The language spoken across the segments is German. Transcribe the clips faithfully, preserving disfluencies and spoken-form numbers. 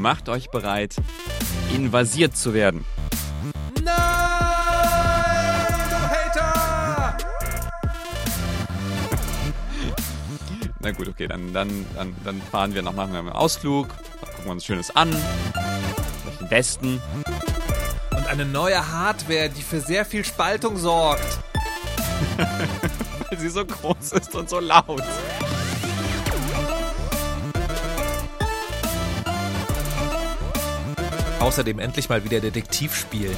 macht euch bereit, invasiert zu werden. Nein, du Hater! Na gut, okay, dann, dann, dann, dann fahren wir noch, machen wir einen Ausflug, gucken wir uns Schönes an, vielleicht den Westen. Und eine neue Hardware, die für sehr viel Spaltung sorgt. Weil sie so groß ist und so laut. Außerdem endlich mal wieder Detektiv spielen.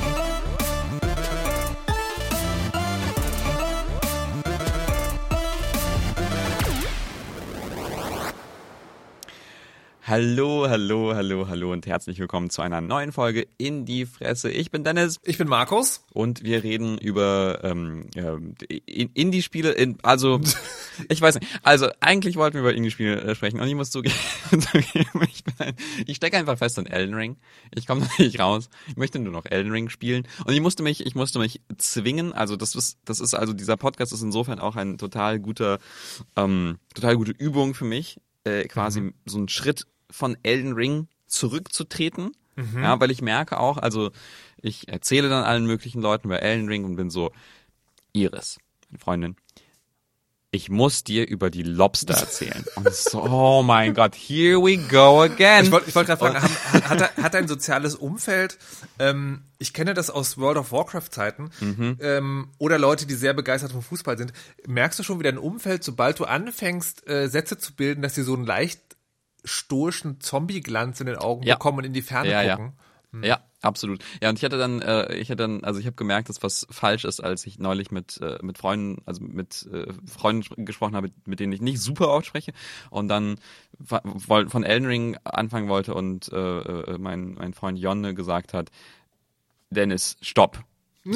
Hallo, hallo, hallo, hallo und herzlich willkommen zu einer neuen Folge In die Fresse. Ich bin Dennis. Ich bin Markus. Und wir reden über ähm, äh, Indie-Spiele, in, also, ich weiß nicht, also eigentlich wollten wir über Indie-Spiele äh, sprechen und ich muss zugeben, ich, bin ein, ich stecke einfach fest in Elden Ring. Ich komme da nicht raus. Ich möchte nur noch Elden Ring spielen und ich musste mich, ich musste mich zwingen, also das ist, das ist also dieser Podcast ist insofern auch ein total guter, ähm, total gute Übung für mich, äh, quasi mhm. so einen Schritt von Elden Ring zurückzutreten, mhm. ja, weil ich merke auch, also ich erzähle dann allen möglichen Leuten über Elden Ring und bin so, Iris, meine Freundin, ich muss dir über die Lobster erzählen. Und so, oh mein Gott, here we go again. Ich wollte ich wollt gerade fragen, hat, hat, er, hat er ein soziales Umfeld, ähm, ich kenne das aus World of Warcraft Zeiten, mhm. ähm, oder Leute, die sehr begeistert vom Fußball sind, merkst du schon wieder ein Umfeld, sobald du anfängst, äh, Sätze zu bilden, dass sie so einen leicht stoischen Zombie-Glanz in den Augen ja. bekommen und in die Ferne ja, gucken. Ja. Hm. ja, absolut. Ja, und ich hatte dann, äh, ich hatte dann, also ich habe gemerkt, dass was falsch ist, als ich neulich mit äh, mit Freunden, also mit äh, Freunden gesprochen habe, mit, mit denen ich nicht super oft spreche und dann w- von Elden Ring anfangen wollte und äh, mein mein Freund Jonne gesagt hat, Dennis, stopp. So.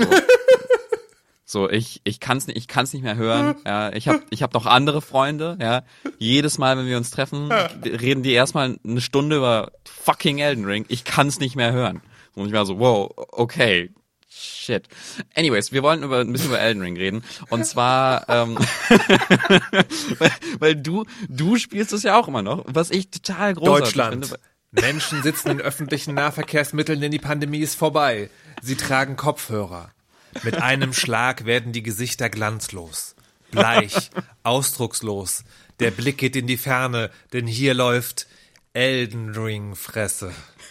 So, ich ich kann's nicht, ich kann's nicht mehr hören. Ja, ich habe ich hab noch andere Freunde. Ja, jedes Mal, wenn wir uns treffen, reden die erstmal eine Stunde über fucking Elden Ring. Ich kann's nicht mehr hören. Und ich war so, wow, okay, shit. Anyways, wir wollen über ein bisschen über Elden Ring reden. Und zwar, ähm, weil, weil du du spielst es ja auch immer noch, was ich total großartig Deutschland. finde. Menschen sitzen in öffentlichen Nahverkehrsmitteln, denn die Pandemie ist vorbei. Sie tragen Kopfhörer. Mit einem Schlag werden die Gesichter glanzlos, bleich, ausdruckslos. Der Blick geht in die Ferne, denn hier läuft Elden Ring Fresse.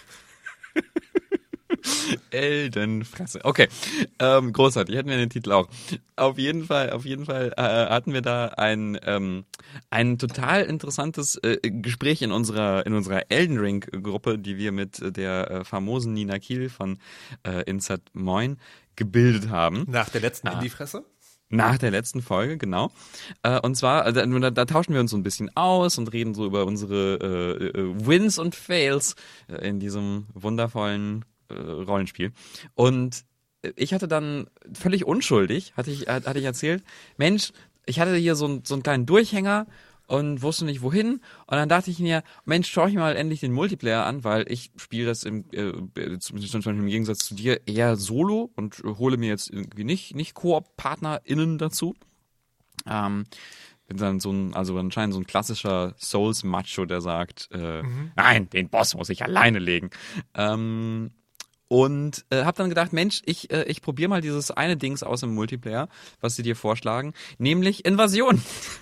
Elden Fresse. Okay, ähm, großartig. Hätten wir den Titel auch. Auf jeden Fall, auf jeden Fall äh, hatten wir da ein ähm, ein total interessantes äh, Gespräch in unserer in unserer Elden Ring Gruppe, die wir mit der äh, famosen Nina Kiel von äh, Insert Moin gebildet haben. Nach der letzten ah. in die Fresse? Nach der letzten Folge, genau. Äh, und zwar, also, da, da tauschen wir uns so ein bisschen aus und reden so über unsere äh, äh, Wins und Fails äh, in diesem wundervollen äh, Rollenspiel. Und ich hatte dann völlig unschuldig, hatte ich, hatte ich erzählt, Mensch, ich hatte hier so, ein, so einen kleinen Durchhänger und wusste nicht wohin. Und dann dachte ich mir, Mensch, schau ich mal endlich den Multiplayer an, weil ich spiele das im, äh, im Gegensatz zu dir eher solo und hole mir jetzt irgendwie nicht, nicht Koop-PartnerInnen dazu. Ähm, bin dann so ein, also anscheinend so ein klassischer Souls-Macho, der sagt, äh, mhm. nein, den Boss muss ich alleine legen. Ähm, Und äh, habe dann gedacht, Mensch, ich äh, ich probiere mal dieses eine Dings aus im Multiplayer, was sie dir vorschlagen, nämlich Invasion.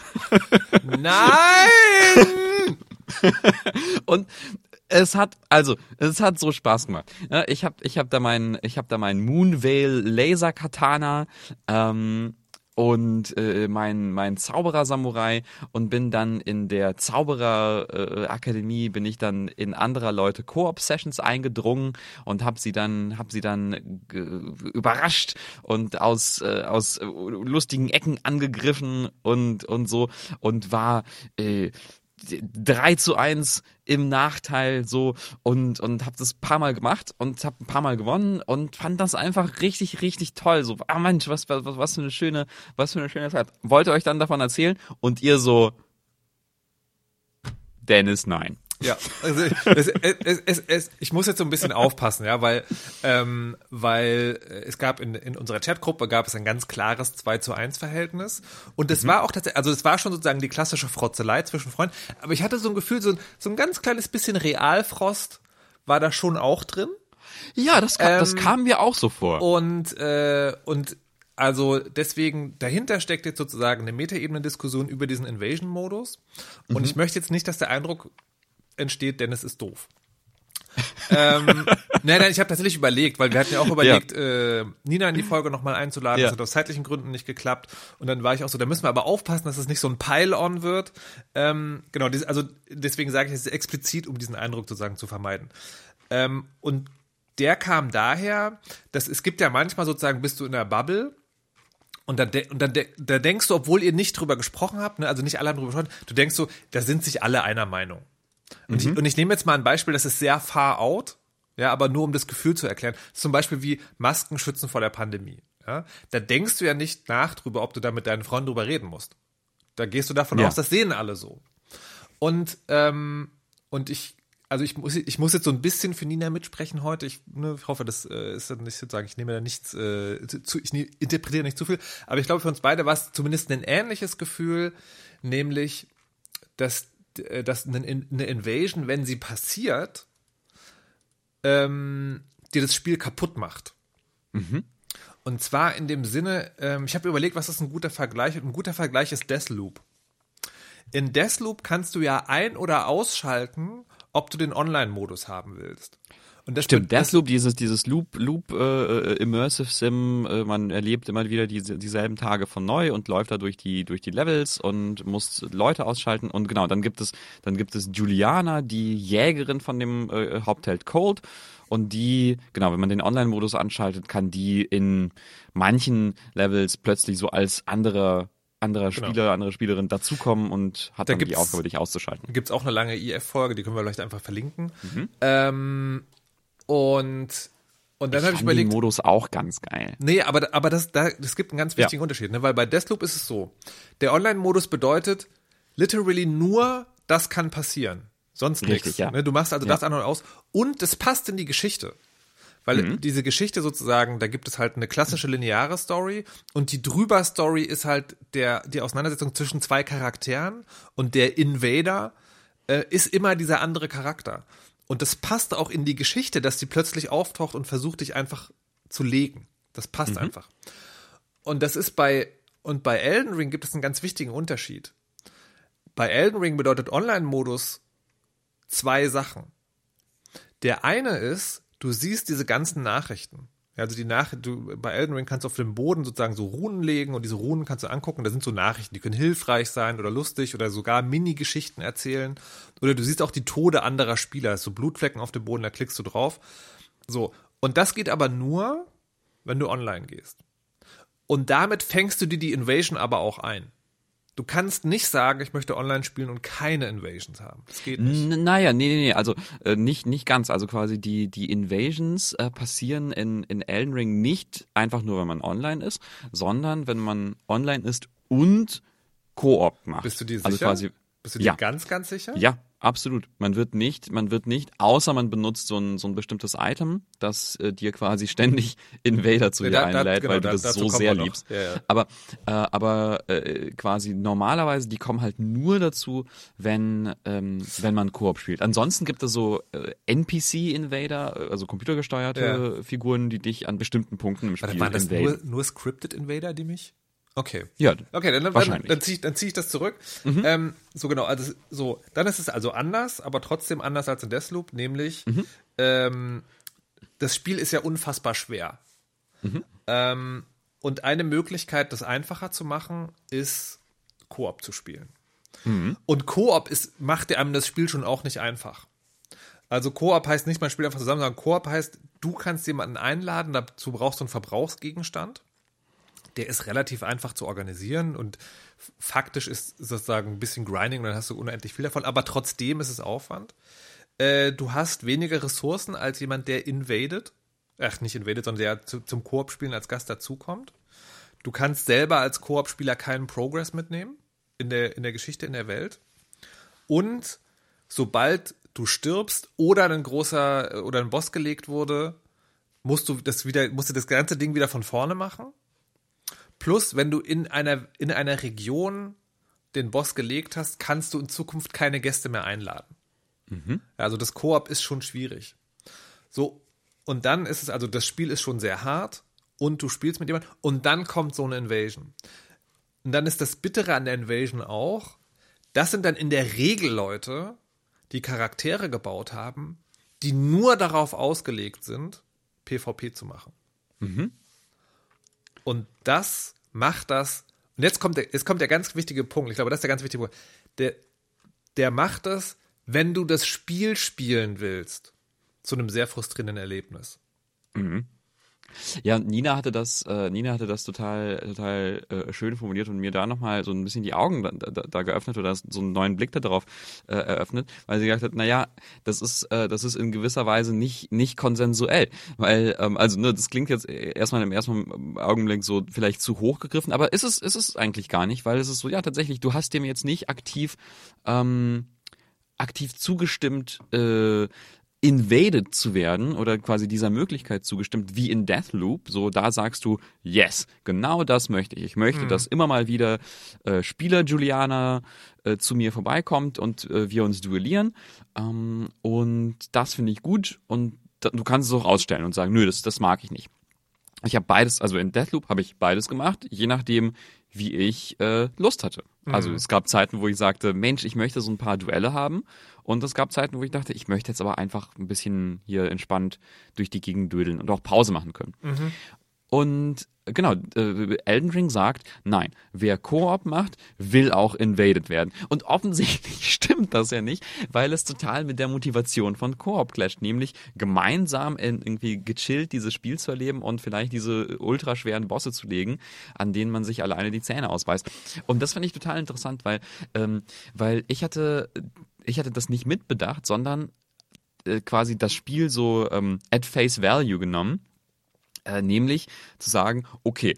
Nein! Und es hat also es hat so Spaß gemacht. Ja, ich habe ich habe da meinen ich habe da meinen Moonveil Laser Katana ähm, und äh, mein mein Zauberer Samurai und bin dann in der Zauberer äh, Akademie bin ich dann in anderer Leute Koop Sessions eingedrungen und habe sie dann habe sie dann g- überrascht und aus äh, aus äh, lustigen Ecken angegriffen und und so und war äh, drei zu eins im Nachteil so und und habe das ein paar Mal gemacht und habe ein paar Mal gewonnen und fand das einfach richtig richtig toll so ah Mensch was was was für eine schöne was für eine schöne Zeit. Wollte euch dann davon erzählen und ihr so Dennis nein. Ja, also es, es, es, es, ich muss jetzt so ein bisschen aufpassen, ja, weil ähm, weil es gab in, in unserer Chatgruppe gab es ein ganz klares zwei zu eins Verhältnis und es mhm. war auch tatsächlich, also es war schon sozusagen die klassische Frotzelei zwischen Freunden, aber ich hatte so ein Gefühl, so, so ein ganz kleines bisschen Realfrost war da schon auch drin. Ja, das kam, Ähm, das kam mir auch so vor. Und, äh, und also deswegen, dahinter steckt jetzt sozusagen eine Metaebene-Diskussion über diesen Invasion-Modus. Und Mhm. ich möchte jetzt nicht, dass der Eindruck entsteht, Dennis ist doof. ähm, nein, nein, ich habe tatsächlich überlegt, weil wir hatten ja auch überlegt, ja. äh, Nina in die Folge nochmal einzuladen. Ja. Das hat aus zeitlichen Gründen nicht geklappt. Und dann war ich auch so, da müssen wir aber aufpassen, dass es nicht so ein Pile-on wird. Ähm, genau, dies, also deswegen sage ich es explizit, um diesen Eindruck sozusagen zu vermeiden. Ähm, und der kam daher, dass es gibt ja manchmal sozusagen, bist du in der Bubble und dann, de- und dann de- da denkst du, obwohl ihr nicht drüber gesprochen habt, ne, also nicht alle haben drüber gesprochen, du denkst so, da sind sich alle einer Meinung. Und, mhm. ich, und ich nehme jetzt mal ein Beispiel, das ist sehr far out, ja, aber nur um das Gefühl zu erklären. Zum Beispiel wie Masken schützen vor der Pandemie. Ja? Da denkst du ja nicht nach drüber, ob du da mit deinen Freunden drüber reden musst. Da gehst du davon ja. aus, das sehen alle so. Und, ähm, und ich, also ich muss, ich muss jetzt so ein bisschen für Nina mitsprechen heute. Ich, ne, ich hoffe, das äh, ist nicht sozusagen, ich nehme da nichts, äh, zu, ich ne, interpretiere nicht zu viel. Aber ich glaube, für uns beide war es zumindest ein ähnliches Gefühl, nämlich, dass dass eine Invasion, wenn sie passiert, ähm, dir das Spiel kaputt macht. Mhm. Und zwar in dem Sinne, ähm, ich habe überlegt, was ist ein guter Vergleich? Und ein guter Vergleich ist Deathloop. In Deathloop kannst du ja ein- oder ausschalten, ob du den Online-Modus haben willst. Und das Stimmt, Deathloop, dieses, dieses Loop, Loop, äh, Immersive Sim, äh, man erlebt immer wieder diese, dieselben Tage von neu und läuft da durch die, durch die Levels und muss Leute ausschalten und genau, dann gibt es, dann gibt es Juliana, die Jägerin von dem äh, Hauptheld Colt und die, genau, wenn man den Online-Modus anschaltet, kann die in manchen Levels plötzlich so als anderer anderer Spieler, genau. andere Spielerin dazukommen und hat da dann die Aufgabe, dich auszuschalten. Gibt es auch eine lange I F-Folge, die können wir vielleicht einfach verlinken. Mhm. Ähm, Und, und dann habe ich überlegt. Den Modus auch ganz geil. Nee, aber, aber das, da, das gibt einen ganz wichtigen ja. Unterschied, ne? Weil bei Deathloop ist es so. Der Online-Modus bedeutet literally nur, das kann passieren. Sonst nichts. Ja. Ne? Du machst also ja. das an und aus. Und es passt in die Geschichte. Weil mhm. diese Geschichte sozusagen, da gibt es halt eine klassische lineare Story und die Drüber-Story ist halt der, die Auseinandersetzung zwischen zwei Charakteren und der Invader äh, ist immer dieser andere Charakter. Und das passt auch in die Geschichte, dass die plötzlich auftaucht und versucht, dich einfach zu legen. Das passt mhm. einfach. Und das ist bei, und bei Elden Ring gibt es einen ganz wichtigen Unterschied. Bei Elden Ring bedeutet Online-Modus zwei Sachen. Der eine ist, du siehst diese ganzen Nachrichten. Also die Nach- du, bei Elden Ring kannst du auf dem Boden sozusagen so Runen legen und diese Runen kannst du angucken. Da sind so Nachrichten, die können hilfreich sein oder lustig oder sogar Mini-Geschichten erzählen. Oder du siehst auch die Tode anderer Spieler. So Blutflecken auf dem Boden, da klickst du drauf. So. Und das geht aber nur, wenn du online gehst. Und damit fängst du dir die Invasion aber auch ein. Du kannst nicht sagen, ich möchte online spielen und keine Invasions haben. Das geht nicht. N- naja, nee, nee, nee, also äh, nicht nicht ganz. Also quasi die die Invasions äh, passieren in in Elden Ring nicht einfach nur, wenn man online ist, sondern wenn man online ist und Koop macht. Bist du dir sicher? Also quasi, Bist du dir ja. ganz, ganz sicher? Ja, absolut. Man wird nicht, man wird nicht, außer man benutzt so ein so ein bestimmtes Item, das äh, dir quasi ständig Invader zu Ja, dir da- da- einlädt, genau, weil du da- das dazu so kommen sehr wir noch. liebst. Ja, ja. Aber äh, aber äh, quasi normalerweise, die kommen halt nur dazu, wenn ähm, wenn man Koop spielt. Ansonsten gibt es so äh, N P C-Invader, also computergesteuerte Ja. Figuren, die dich an bestimmten Punkten im Warte, Spiel waren das invaden. nur, nur Scripted Invader, die mich? Okay. Ja, Okay, dann, dann, wahrscheinlich. dann ziehe ich, dann zieh ich das zurück. Mhm. Ähm, so genau, also so, dann ist es also anders, aber trotzdem anders als in Deathloop, nämlich Mhm. ähm, das Spiel ist ja unfassbar schwer. Mhm. Ähm, und eine Möglichkeit, das einfacher zu machen, ist Koop zu spielen. Mhm. Und Koop ist, macht einem das Spiel schon auch nicht einfach. Also Koop heißt nicht, man spielt einfach zusammen, sondern Koop heißt, du kannst jemanden einladen, dazu brauchst du einen Verbrauchsgegenstand. Der ist relativ einfach zu organisieren und faktisch ist sozusagen ein bisschen Grinding, dann hast du unendlich viel davon, aber trotzdem ist es Aufwand. Äh, du hast weniger Ressourcen als jemand, der invadet. Ach, nicht invadet, sondern der zu, zum Koop-Spielen als Gast dazukommt. Du kannst selber als Koop-Spieler keinen Progress mitnehmen in der, in der Geschichte, in der Welt. Und sobald du stirbst oder ein großer oder ein Boss gelegt wurde, musst du das wieder, musst du das ganze Ding wieder von vorne machen. Plus, wenn du in einer, in einer Region den Boss gelegt hast, kannst du in Zukunft keine Gäste mehr einladen. Mhm. Also das Koop ist schon schwierig. So, und dann ist es, also das Spiel ist schon sehr hart und du spielst mit jemandem und dann kommt so eine Invasion. Und dann ist das Bittere an der Invasion auch, das sind dann in der Regel Leute, die Charaktere gebaut haben, die nur darauf ausgelegt sind, PvP zu machen. Mhm. Und das macht das, und jetzt kommt der, jetzt kommt der ganz wichtige Punkt, ich glaube, das ist der ganz wichtige Punkt, der, der macht das, wenn du das Spiel spielen willst, zu einem sehr frustrierenden Erlebnis. Mhm. Ja, Nina hatte das, äh, Nina hatte das total, total äh, schön formuliert und mir da nochmal so ein bisschen die Augen da, da, da geöffnet oder so einen neuen Blick darauf äh, eröffnet, weil sie gesagt hat, naja, das ist, äh, das ist in gewisser Weise nicht, nicht konsensuell, weil, ähm, also, ne, das klingt jetzt erstmal im ersten Augenblick so vielleicht zu hoch gegriffen, aber ist es, ist es eigentlich gar nicht, weil es ist so, ja, tatsächlich, du hast dem jetzt nicht aktiv, ähm, aktiv zugestimmt, äh, invaded zu werden oder quasi dieser Möglichkeit zugestimmt, wie in Deathloop, so da sagst du, yes, genau das möchte ich. Ich möchte, mhm. dass immer mal wieder äh, Spieler Juliana äh, zu mir vorbeikommt und äh, wir uns duellieren ähm, und das finde ich gut und da, du kannst es auch ausstellen und sagen, nö, das, das mag ich nicht. Ich habe beides, also in Deathloop habe ich beides gemacht, je nachdem, wie ich äh, Lust hatte. Also mhm. es gab Zeiten, wo ich sagte, Mensch, ich möchte so ein paar Duelle haben. Und es gab Zeiten, wo ich dachte, ich möchte jetzt aber einfach ein bisschen hier entspannt durch die Gegend dödeln und auch Pause machen können. Mhm. Und genau, äh, Elden Ring sagt, nein, wer Koop macht, will auch invaded werden. Und offensichtlich stimmt das ja nicht, weil es total mit der Motivation von Koop clasht, nämlich gemeinsam in, irgendwie gechillt dieses Spiel zu erleben und vielleicht diese ultraschweren Bosse zu legen, an denen man sich alleine die Zähne ausbeißt. Und das fand ich total interessant, weil, ähm, weil ich hatte, ich hatte das nicht mitbedacht, sondern äh, quasi das Spiel so ähm, at face value genommen. Äh, nämlich zu sagen, okay,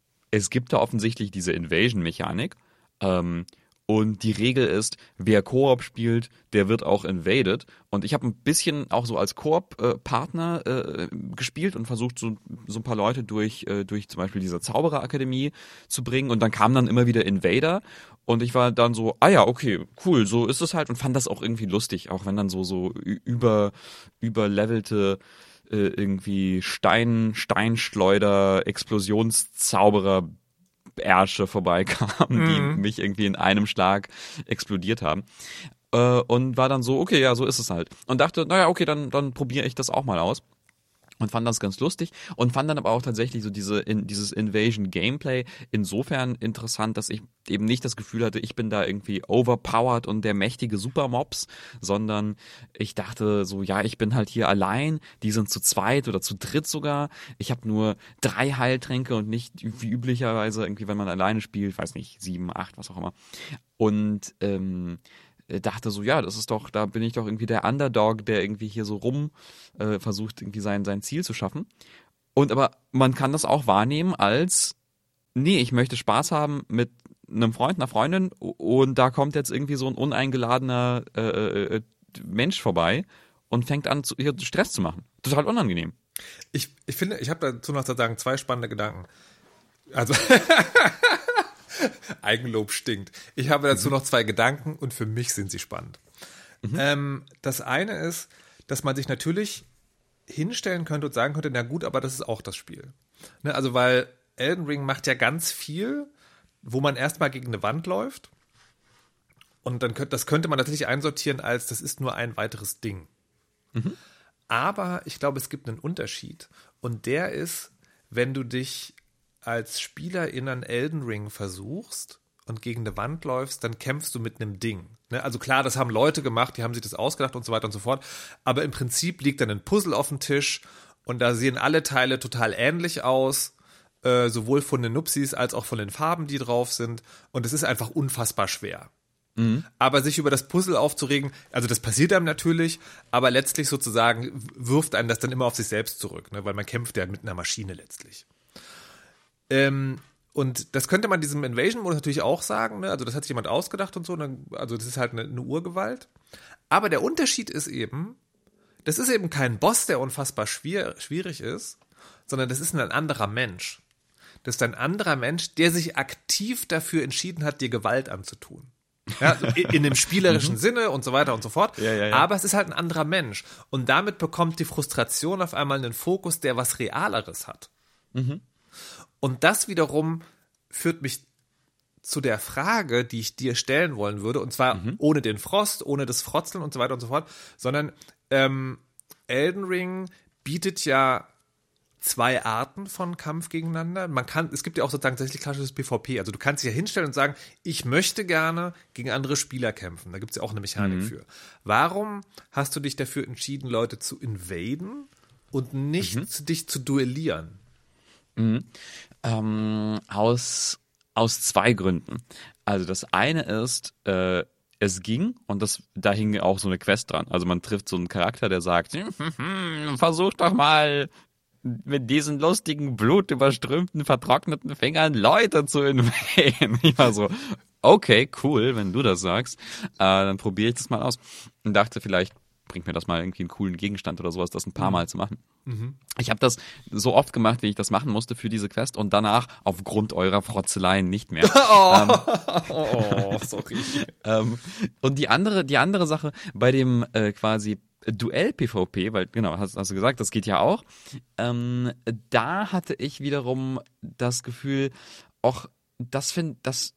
es gibt da offensichtlich diese Invasion-Mechanik ähm, und die Regel ist, wer Koop spielt, der wird auch invaded. Und ich habe ein bisschen auch so als Koop-Partner äh, gespielt und versucht, so, so ein paar Leute durch, äh, durch zum Beispiel diese Zaubererakademie zu bringen. Und dann kamen dann immer wieder Invader. Und ich war dann so, ah ja, okay, cool, so ist es halt. Und fand das auch irgendwie lustig, auch wenn dann so, so über, überlevelte irgendwie Stein, Steinschleuder, Explosionszauberer Ärsche vorbeikamen, mhm. die mich irgendwie in einem Schlag explodiert haben. Äh, und war dann so, okay, ja, so ist es halt. Und dachte, naja, okay, dann, dann probiere ich das auch mal aus. Und fand das ganz lustig und fand dann aber auch tatsächlich so diese in, dieses Invasion-Gameplay insofern interessant, dass ich eben nicht das Gefühl hatte, ich bin da irgendwie overpowered und der mächtige Supermobs, sondern ich dachte so, ja, ich bin halt hier allein, die sind zu zweit oder zu dritt sogar. Ich habe nur drei Heiltränke und nicht wie üblicherweise irgendwie, wenn man alleine spielt, weiß nicht, sieben, acht, was auch immer. Und ähm, dachte so, ja, das ist doch, da bin ich doch irgendwie der Underdog, der irgendwie hier so rum äh, versucht, irgendwie sein, sein Ziel zu schaffen. Und aber man kann das auch wahrnehmen als, nee, ich möchte Spaß haben mit einem Freund, einer Freundin und da kommt jetzt irgendwie so ein uneingeladener äh, äh, Mensch vorbei und fängt an, zu, hier Stress zu machen. Total unangenehm. Ich, ich finde, ich habe dazu noch zu sagen, zwei spannende Gedanken. Also Eigenlob stinkt. Ich habe dazu mhm. noch zwei Gedanken und für mich sind sie spannend. Mhm. Ähm, das eine ist, dass man sich natürlich hinstellen könnte und sagen könnte, na gut, aber das ist auch das Spiel. Ne, also weil Elden Ring macht ja ganz viel, wo man erstmal gegen eine Wand läuft und dann könnte, das könnte man tatsächlich einsortieren als, das ist nur ein weiteres Ding. Mhm. Aber ich glaube, es gibt einen Unterschied und der ist, wenn du dich als Spieler in einen Elden Ring versuchst und gegen eine Wand läufst, dann kämpfst du mit einem Ding. Ne? Also klar, das haben Leute gemacht, die haben sich das ausgedacht und so weiter und so fort, aber im Prinzip liegt dann ein Puzzle auf dem Tisch und da sehen alle Teile total ähnlich aus, äh, sowohl von den Nupsis als auch von den Farben, die drauf sind und es ist einfach unfassbar schwer. Mhm. Aber sich über das Puzzle aufzuregen, also das passiert einem natürlich, aber letztlich sozusagen wirft einem das dann immer auf sich selbst zurück, ne? Weil man kämpft ja mit einer Maschine letztlich. Ähm, und das könnte man diesem Invasion-Modus natürlich auch sagen, ne? Also das hat sich jemand ausgedacht und so, dann, also das ist halt eine, eine Urgewalt. Aber der Unterschied ist eben, das ist eben kein Boss, der unfassbar schwier- schwierig ist, sondern das ist ein anderer Mensch. Das ist ein anderer Mensch, der sich aktiv dafür entschieden hat, dir Gewalt anzutun. Ja, in, in dem spielerischen Sinne und so weiter und so fort. Ja, ja, ja. Aber es ist halt ein anderer Mensch. Und damit bekommt die Frustration auf einmal einen Fokus, der was Realeres hat. Mhm. Und das wiederum führt mich zu der Frage, die ich dir stellen wollen würde, und zwar mhm. ohne den Frost, ohne das Frotzeln und so weiter und so fort, sondern ähm, Elden Ring bietet ja zwei Arten von Kampf gegeneinander. Man kann, es gibt ja auch sozusagen tatsächlich klassisches PvP. Also du kannst dich ja hinstellen und sagen, ich möchte gerne gegen andere Spieler kämpfen. Da gibt es ja auch eine Mechanik mhm. für. Warum hast du dich dafür entschieden, Leute zu invaden und nicht mhm. zu, dich zu duellieren? Mhm. Ähm, aus, aus zwei Gründen. Also das eine ist, äh, es ging und das, da hing auch so eine Quest dran. Also man trifft so einen Charakter, der sagt, versuch doch mal mit diesen lustigen, blutüberströmten, vertrockneten Fingern Leute zu invaden. Ich war so, okay, cool, wenn du das sagst. Äh, dann probiere ich das mal aus. Und dachte, vielleicht bringt mir das mal irgendwie einen coolen Gegenstand oder sowas, das ein paar Mal zu machen. Mhm. Ich habe das so oft gemacht, wie ich das machen musste für diese Quest und danach aufgrund eurer Frotzeleien nicht mehr. Oh, ähm, oh sorry. ähm, und die andere, die andere Sache bei dem äh, quasi Duell-PvP, weil genau, hast, hast du gesagt, das geht ja auch. Ähm, da hatte ich wiederum das Gefühl, auch das finde, das,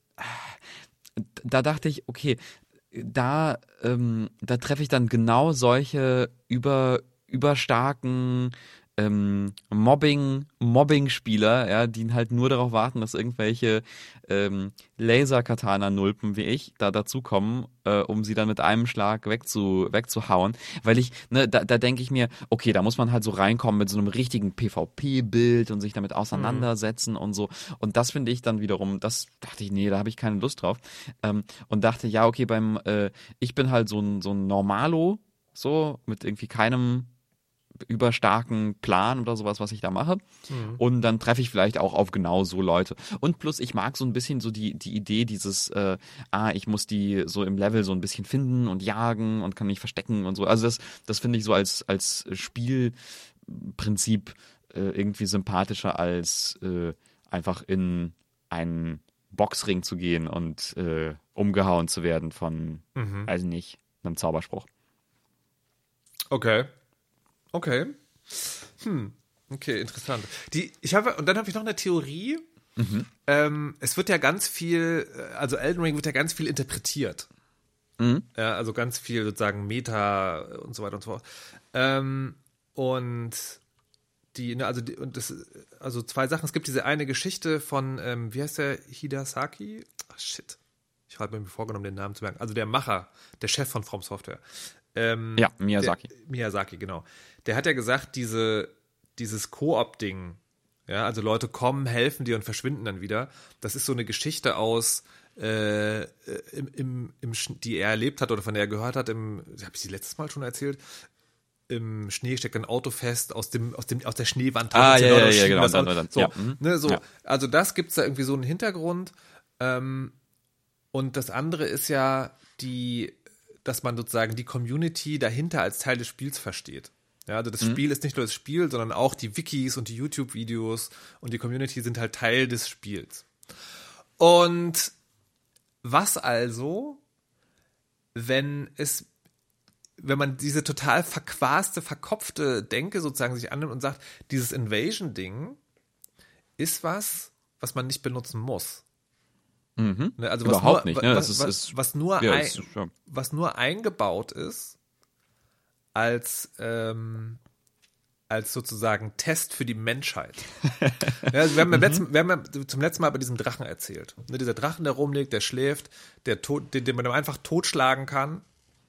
da dachte ich, okay, da, ähm, da treffe ich dann genau solche über, überstarken ähm, Mobbing, Mobbing-Spieler, ja, die halt nur darauf warten, dass irgendwelche ähm, Laser-Katana-Nulpen wie ich da dazukommen, äh, um sie dann mit einem Schlag wegzu, wegzuhauen. Weil ich, ne, da, da denke ich mir, okay, da muss man halt so reinkommen mit so einem richtigen PvP-Bild und sich damit auseinandersetzen mhm. und so. Und das finde ich dann wiederum, das dachte ich, nee, da habe ich keine Lust drauf. Ähm, und dachte, ja, okay, beim, äh, ich bin halt so ein, so ein Normalo, so, mit irgendwie keinem überstarken Plan oder sowas, was ich da mache. Mhm. Und dann treffe ich vielleicht auch auf genau so Leute. Und plus, ich mag so ein bisschen so die, die Idee dieses, äh, ah, ich muss die so im Level so ein bisschen finden und jagen und kann mich verstecken und so. Also das, das finde ich so als, als Spielprinzip äh, irgendwie sympathischer als äh, einfach in einen Boxring zu gehen und äh, umgehauen zu werden von, mhm. weiß nicht, einem Zauberspruch. Okay. Okay. Hm. Okay, interessant. Die, ich habe, und dann habe ich noch eine Theorie. Mhm. Ähm, es wird ja ganz viel, also Elden Ring wird ja ganz viel interpretiert. Mhm. Ja, also ganz viel sozusagen Meta und so weiter und so fort. Ähm, und die, ne, also die, und das, also zwei Sachen. Es gibt diese eine Geschichte von, ähm, wie heißt der, Hidasaki? Ach, shit. Ich habe mir vorgenommen, den Namen zu merken. Also der Macher, der Chef von From Software. Ähm, ja, Miyazaki. Der, Miyazaki, genau. Der hat ja gesagt, diese, dieses Koop-Ding, ja, also Leute kommen, helfen dir und verschwinden dann wieder, das ist so eine Geschichte aus, äh, im, im, im, die er erlebt hat oder von der er gehört hat, im, habe ich sie letztes Mal schon erzählt, im Schnee steckt ein Auto fest, aus dem, aus dem, aus der Schneewand. Ah, ja, ja, ja, genau. Dann, dann, so, ja. ne, so, ja. Also das gibt's da irgendwie so einen Hintergrund, ähm, und das andere ist ja die, dass man sozusagen die Community dahinter als Teil des Spiels versteht. Ja, also das mhm. Spiel ist nicht nur das Spiel, sondern auch die Wikis und die YouTube-Videos und die Community sind halt Teil des Spiels. Und was also, wenn es, wenn man diese total verquaste, verkopfte Denke sozusagen sich annimmt und sagt, dieses Invasion-Ding ist was, was man nicht benutzen muss. Mhm. Also was Überhaupt nur, nicht. Ne? Was, das was, ist, was, nur ja, ein, ist, ja. was nur eingebaut ist als, ähm, als sozusagen Test für die Menschheit. Ja, also wir, haben ja mhm. letzten, wir haben ja zum letzten Mal über diesen Drachen erzählt. Ne, dieser Drachen, der rumliegt, der schläft, der tot, den, den man einfach totschlagen kann,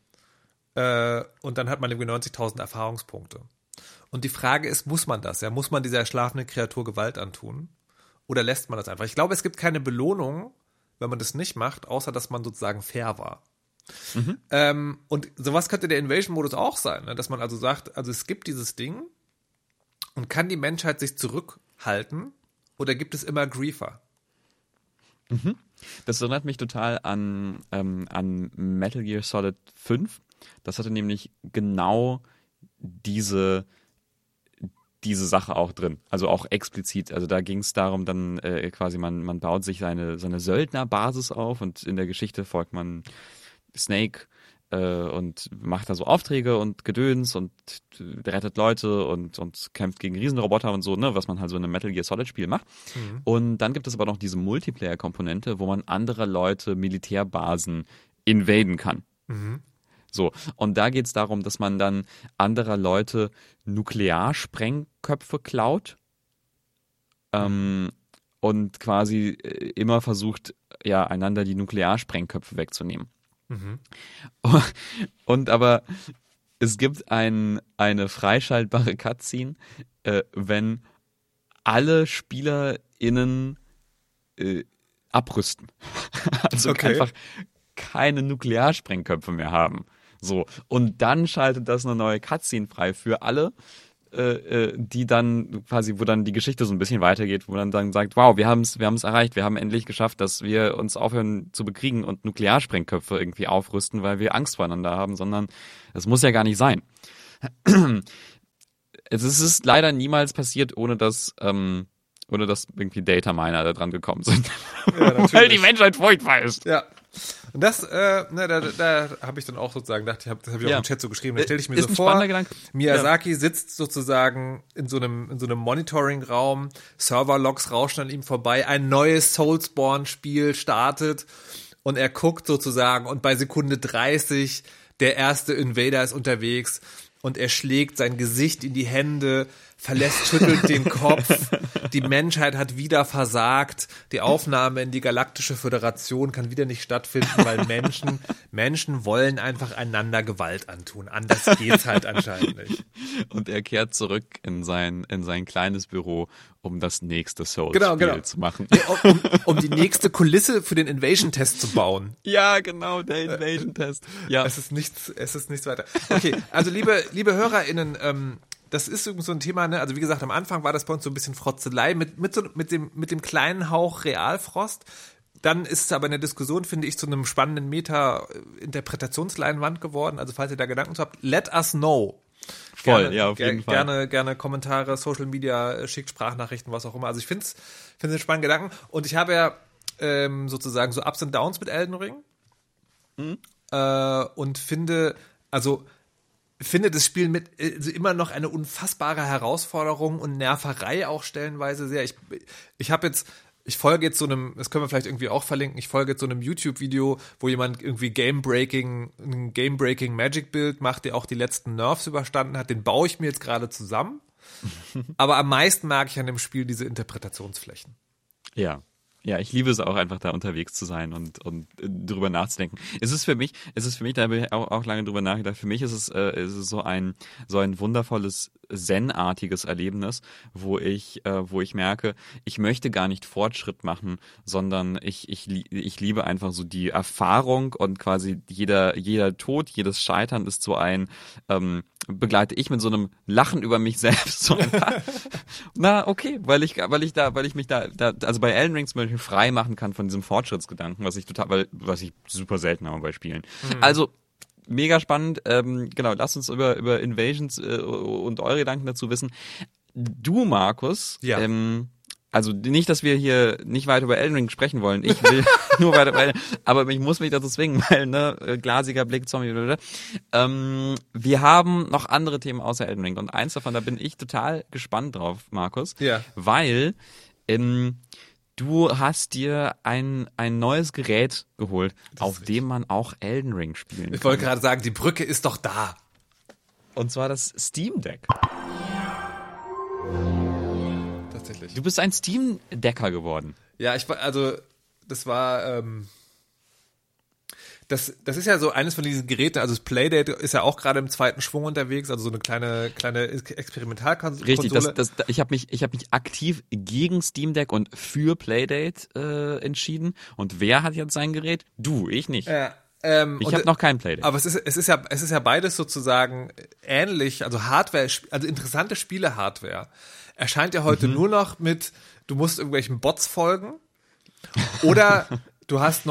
äh, und dann hat man irgendwie neunzigtausend Erfahrungspunkte. Und die Frage ist, muss man das? Ja, muss man dieser schlafenden Kreatur Gewalt antun? Oder lässt man das einfach? Ich glaube, es gibt keine Belohnung, wenn man das nicht macht, außer dass man sozusagen fair war. Mhm. Ähm, und sowas könnte der Invasion-Modus auch sein, ne? Dass man also sagt, also es gibt dieses Ding und kann die Menschheit sich zurückhalten oder gibt es immer Griefer? Mhm. Das erinnert mich total an, ähm, an Metal Gear Solid fünf. Das hatte nämlich genau diese diese Sache auch drin. Also auch explizit. Also da ging es darum, dann äh, quasi, man, man baut sich seine, seine Söldnerbasis auf und in der Geschichte folgt man Snake äh, und macht da so Aufträge und Gedöns und äh, rettet Leute und, und kämpft gegen Riesenroboter und so, ne, was man halt so in einem Metal Gear Solid Spiel macht. Mhm. Und dann gibt es aber noch diese Multiplayer-Komponente, wo man andere Leute Militärbasen invaden kann. Mhm. So, und da geht es darum, dass man dann anderer Leute Nuklearsprengköpfe klaut ähm, und quasi immer versucht, ja, einander die Nuklearsprengköpfe wegzunehmen. Mhm. Und aber es gibt ein, eine freischaltbare Cutscene, äh, wenn alle SpielerInnen äh, abrüsten. Also okay. einfach keine Nuklearsprengköpfe mehr haben. So, und dann schaltet das eine neue Cutscene frei für alle, äh, die dann quasi, wo dann die Geschichte so ein bisschen weitergeht, wo man dann sagt, wow, wir haben es wir haben es erreicht, wir haben endlich geschafft, dass wir uns aufhören zu bekriegen und Nuklearsprengköpfe irgendwie aufrüsten, weil wir Angst voreinander haben, sondern das muss ja gar nicht sein. Es ist leider niemals passiert, ohne dass ähm, ohne dass irgendwie Data Miner da dran gekommen sind. Ja, weil die Menschheit furchtbar ist. Ja. Und das, äh, ne, da, da habe ich dann auch sozusagen gedacht, das habe ich ja. auch im Chat so geschrieben, da stelle ich mir ist so vor, Gedanke. Miyazaki ja. sitzt sozusagen in so einem, in so einem Monitoring-Raum, Server-Logs rauschen an ihm vorbei, ein neues Soulspawn-Spiel startet und er guckt sozusagen und bei Sekunde dreißig der erste Invader ist unterwegs und er schlägt sein Gesicht in die Hände, verlässt, schüttelt den Kopf, die Menschheit hat wieder versagt, die Aufnahme in die Galaktische Föderation kann wieder nicht stattfinden, weil Menschen, Menschen wollen einfach einander Gewalt antun. Anders geht's halt anscheinend nicht. Und er kehrt zurück in sein, in sein kleines Büro, um das nächste Souls-Spiel genau, genau. zu machen. Ja, um, um die nächste Kulisse für den Invasion-Test zu bauen. Ja, genau, der Invasion-Test. Ja. Es ist nichts, es ist nichts weiter. Okay, also liebe, liebe HörerInnen, ähm, das ist irgendwie so ein Thema, ne? Also wie gesagt, am Anfang war das bei uns so ein bisschen Frotzelei mit, mit, so, mit, dem, mit dem kleinen Hauch Realfrost. Dann ist es aber in der Diskussion, finde ich, zu einem spannenden Meta-Interpretationsleinwand geworden. Also falls ihr da Gedanken zu habt, let us know. Voll, gerne, ja, auf jeden ger- Fall. Gerne, gerne Kommentare, Social Media, schickt Sprachnachrichten, was auch immer. Also ich finde es finde es spannende Gedanken. Und ich habe ja ähm, sozusagen so Ups und Downs mit Elden Ring. Mhm. Äh, und finde, also finde das Spiel mit also immer noch eine unfassbare Herausforderung und Nerverei auch stellenweise sehr. Ich, ich habe jetzt, ich folge jetzt so einem, das können wir vielleicht irgendwie auch verlinken, ich folge jetzt so einem YouTube-Video, wo jemand irgendwie Game-Breaking, ein Game-Breaking Magic-Build macht, der auch die letzten Nerfs überstanden hat. Den baue ich mir jetzt gerade zusammen. Aber am meisten mag ich an dem Spiel diese Interpretationsflächen. Ja. Ja, ich liebe es auch einfach, da unterwegs zu sein und, und äh, drüber nachzudenken. Es ist für mich, es ist für mich, da habe ich auch, auch lange drüber nachgedacht, für mich ist es, äh, ist es so ein, so ein wundervolles Zen-artiges Erlebnis, wo ich, äh, wo ich merke, ich möchte gar nicht Fortschritt machen, sondern ich, ich, ich liebe einfach so die Erfahrung und quasi jeder, jeder Tod, jedes Scheitern ist so ein, ähm, begleite ich mit so einem Lachen über mich selbst. So ein, na, okay, weil ich, weil ich da, weil ich mich da, da also bei Elden Ring zum Beispiel frei machen kann von diesem Fortschrittsgedanken, was ich total, weil, was ich super selten habe bei Spielen. Mhm. Also, mega spannend. Ähm, genau, lasst uns über, über Invasions äh, und eure Gedanken dazu wissen. Du, Markus, ja. ähm, also nicht, dass wir hier nicht weiter über Elden Ring sprechen wollen. Ich will nur weiter über Elden Ring, aber ich muss mich dazu zwingen, weil, ne, glasiger Blick, Zombie, blablabla. Ähm, wir haben noch andere Themen außer Elden Ring und eins davon, da bin ich total gespannt drauf, Markus, ja. weil ähm, du hast dir ein, ein neues Gerät geholt, auf dem man auch Elden Ring spielen kann. Ich wollte gerade sagen, die Brücke ist doch da. Und zwar das Steam Deck. Tatsächlich. Du bist ein Steam Decker geworden. Ja, ich war, also, das war, ähm, das, das ist ja so eines von diesen Geräten, also das Playdate ist ja auch gerade im zweiten Schwung unterwegs, also so eine kleine, kleine Experimentalkonsole. Richtig, das, das, ich habe mich, ich habe mich aktiv gegen Steam Deck und für Playdate äh, entschieden. Und wer hat jetzt sein Gerät? Du, ich nicht. Ja. Ähm, ich habe noch kein Playdate. Aber es ist, es ist ja, es ist ja beides sozusagen ähnlich, also Hardware, also interessante Spiele-Hardware erscheint ja heute mhm. nur noch mit, du musst irgendwelchen Bots folgen oder du hast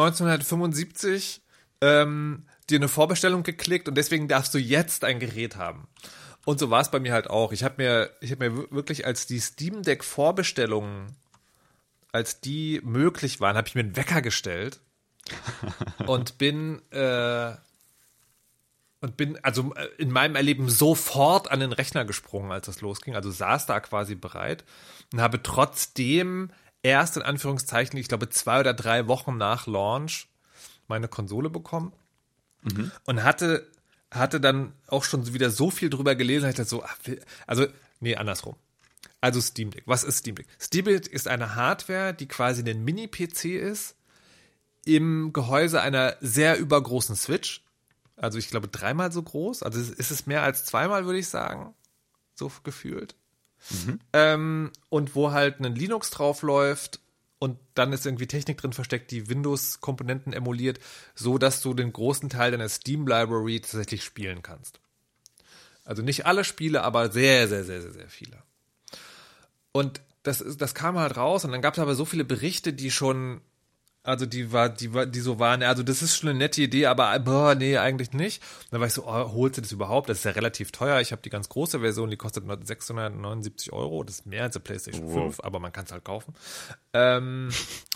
neunzehnhundertfünfundsiebzig ähm, dir eine Vorbestellung geklickt und deswegen darfst du jetzt ein Gerät haben. Und so war es bei mir halt auch. Ich habe mir, ich habe mir wirklich, als die Steam Deck Vorbestellungen, als die möglich waren, habe ich mir einen Wecker gestellt und bin, äh, und bin also in meinem Erleben sofort an den Rechner gesprungen, als das losging. Also saß da quasi bereit und habe trotzdem erst in Anführungszeichen, ich glaube zwei oder drei Wochen nach Launch meine Konsole bekommen mhm. und hatte hatte dann auch schon wieder so viel drüber gelesen, dass ich dachte so, ach, also nee, andersrum. Also Steam Deck. Was ist Steam Deck? Steam Deck ist eine Hardware, die quasi ein Mini-P C ist im Gehäuse einer sehr übergroßen Switch. Also ich glaube dreimal so groß. Also ist es mehr als zweimal, würde ich sagen. So gefühlt. Mhm. Ähm, und wo halt ein Linux drauf läuft und dann ist irgendwie Technik drin versteckt, die Windows-Komponenten emuliert, so dass du den großen Teil deiner Steam-Library tatsächlich spielen kannst. Also nicht alle Spiele, aber sehr, sehr, sehr, sehr, sehr viele. Und das, das kam halt raus und dann gab es aber so viele Berichte, die schon, also die war, die war, die so waren, also das ist schon eine nette Idee, aber boah, nee, eigentlich nicht. Und dann war ich so, oh, holst du das überhaupt? Das ist ja relativ teuer. Ich habe die ganz große Version, die kostet sechshundertneunundsiebzig Euro. Das ist mehr als eine PlayStation wow. fünf, aber man kann es halt kaufen. Ähm,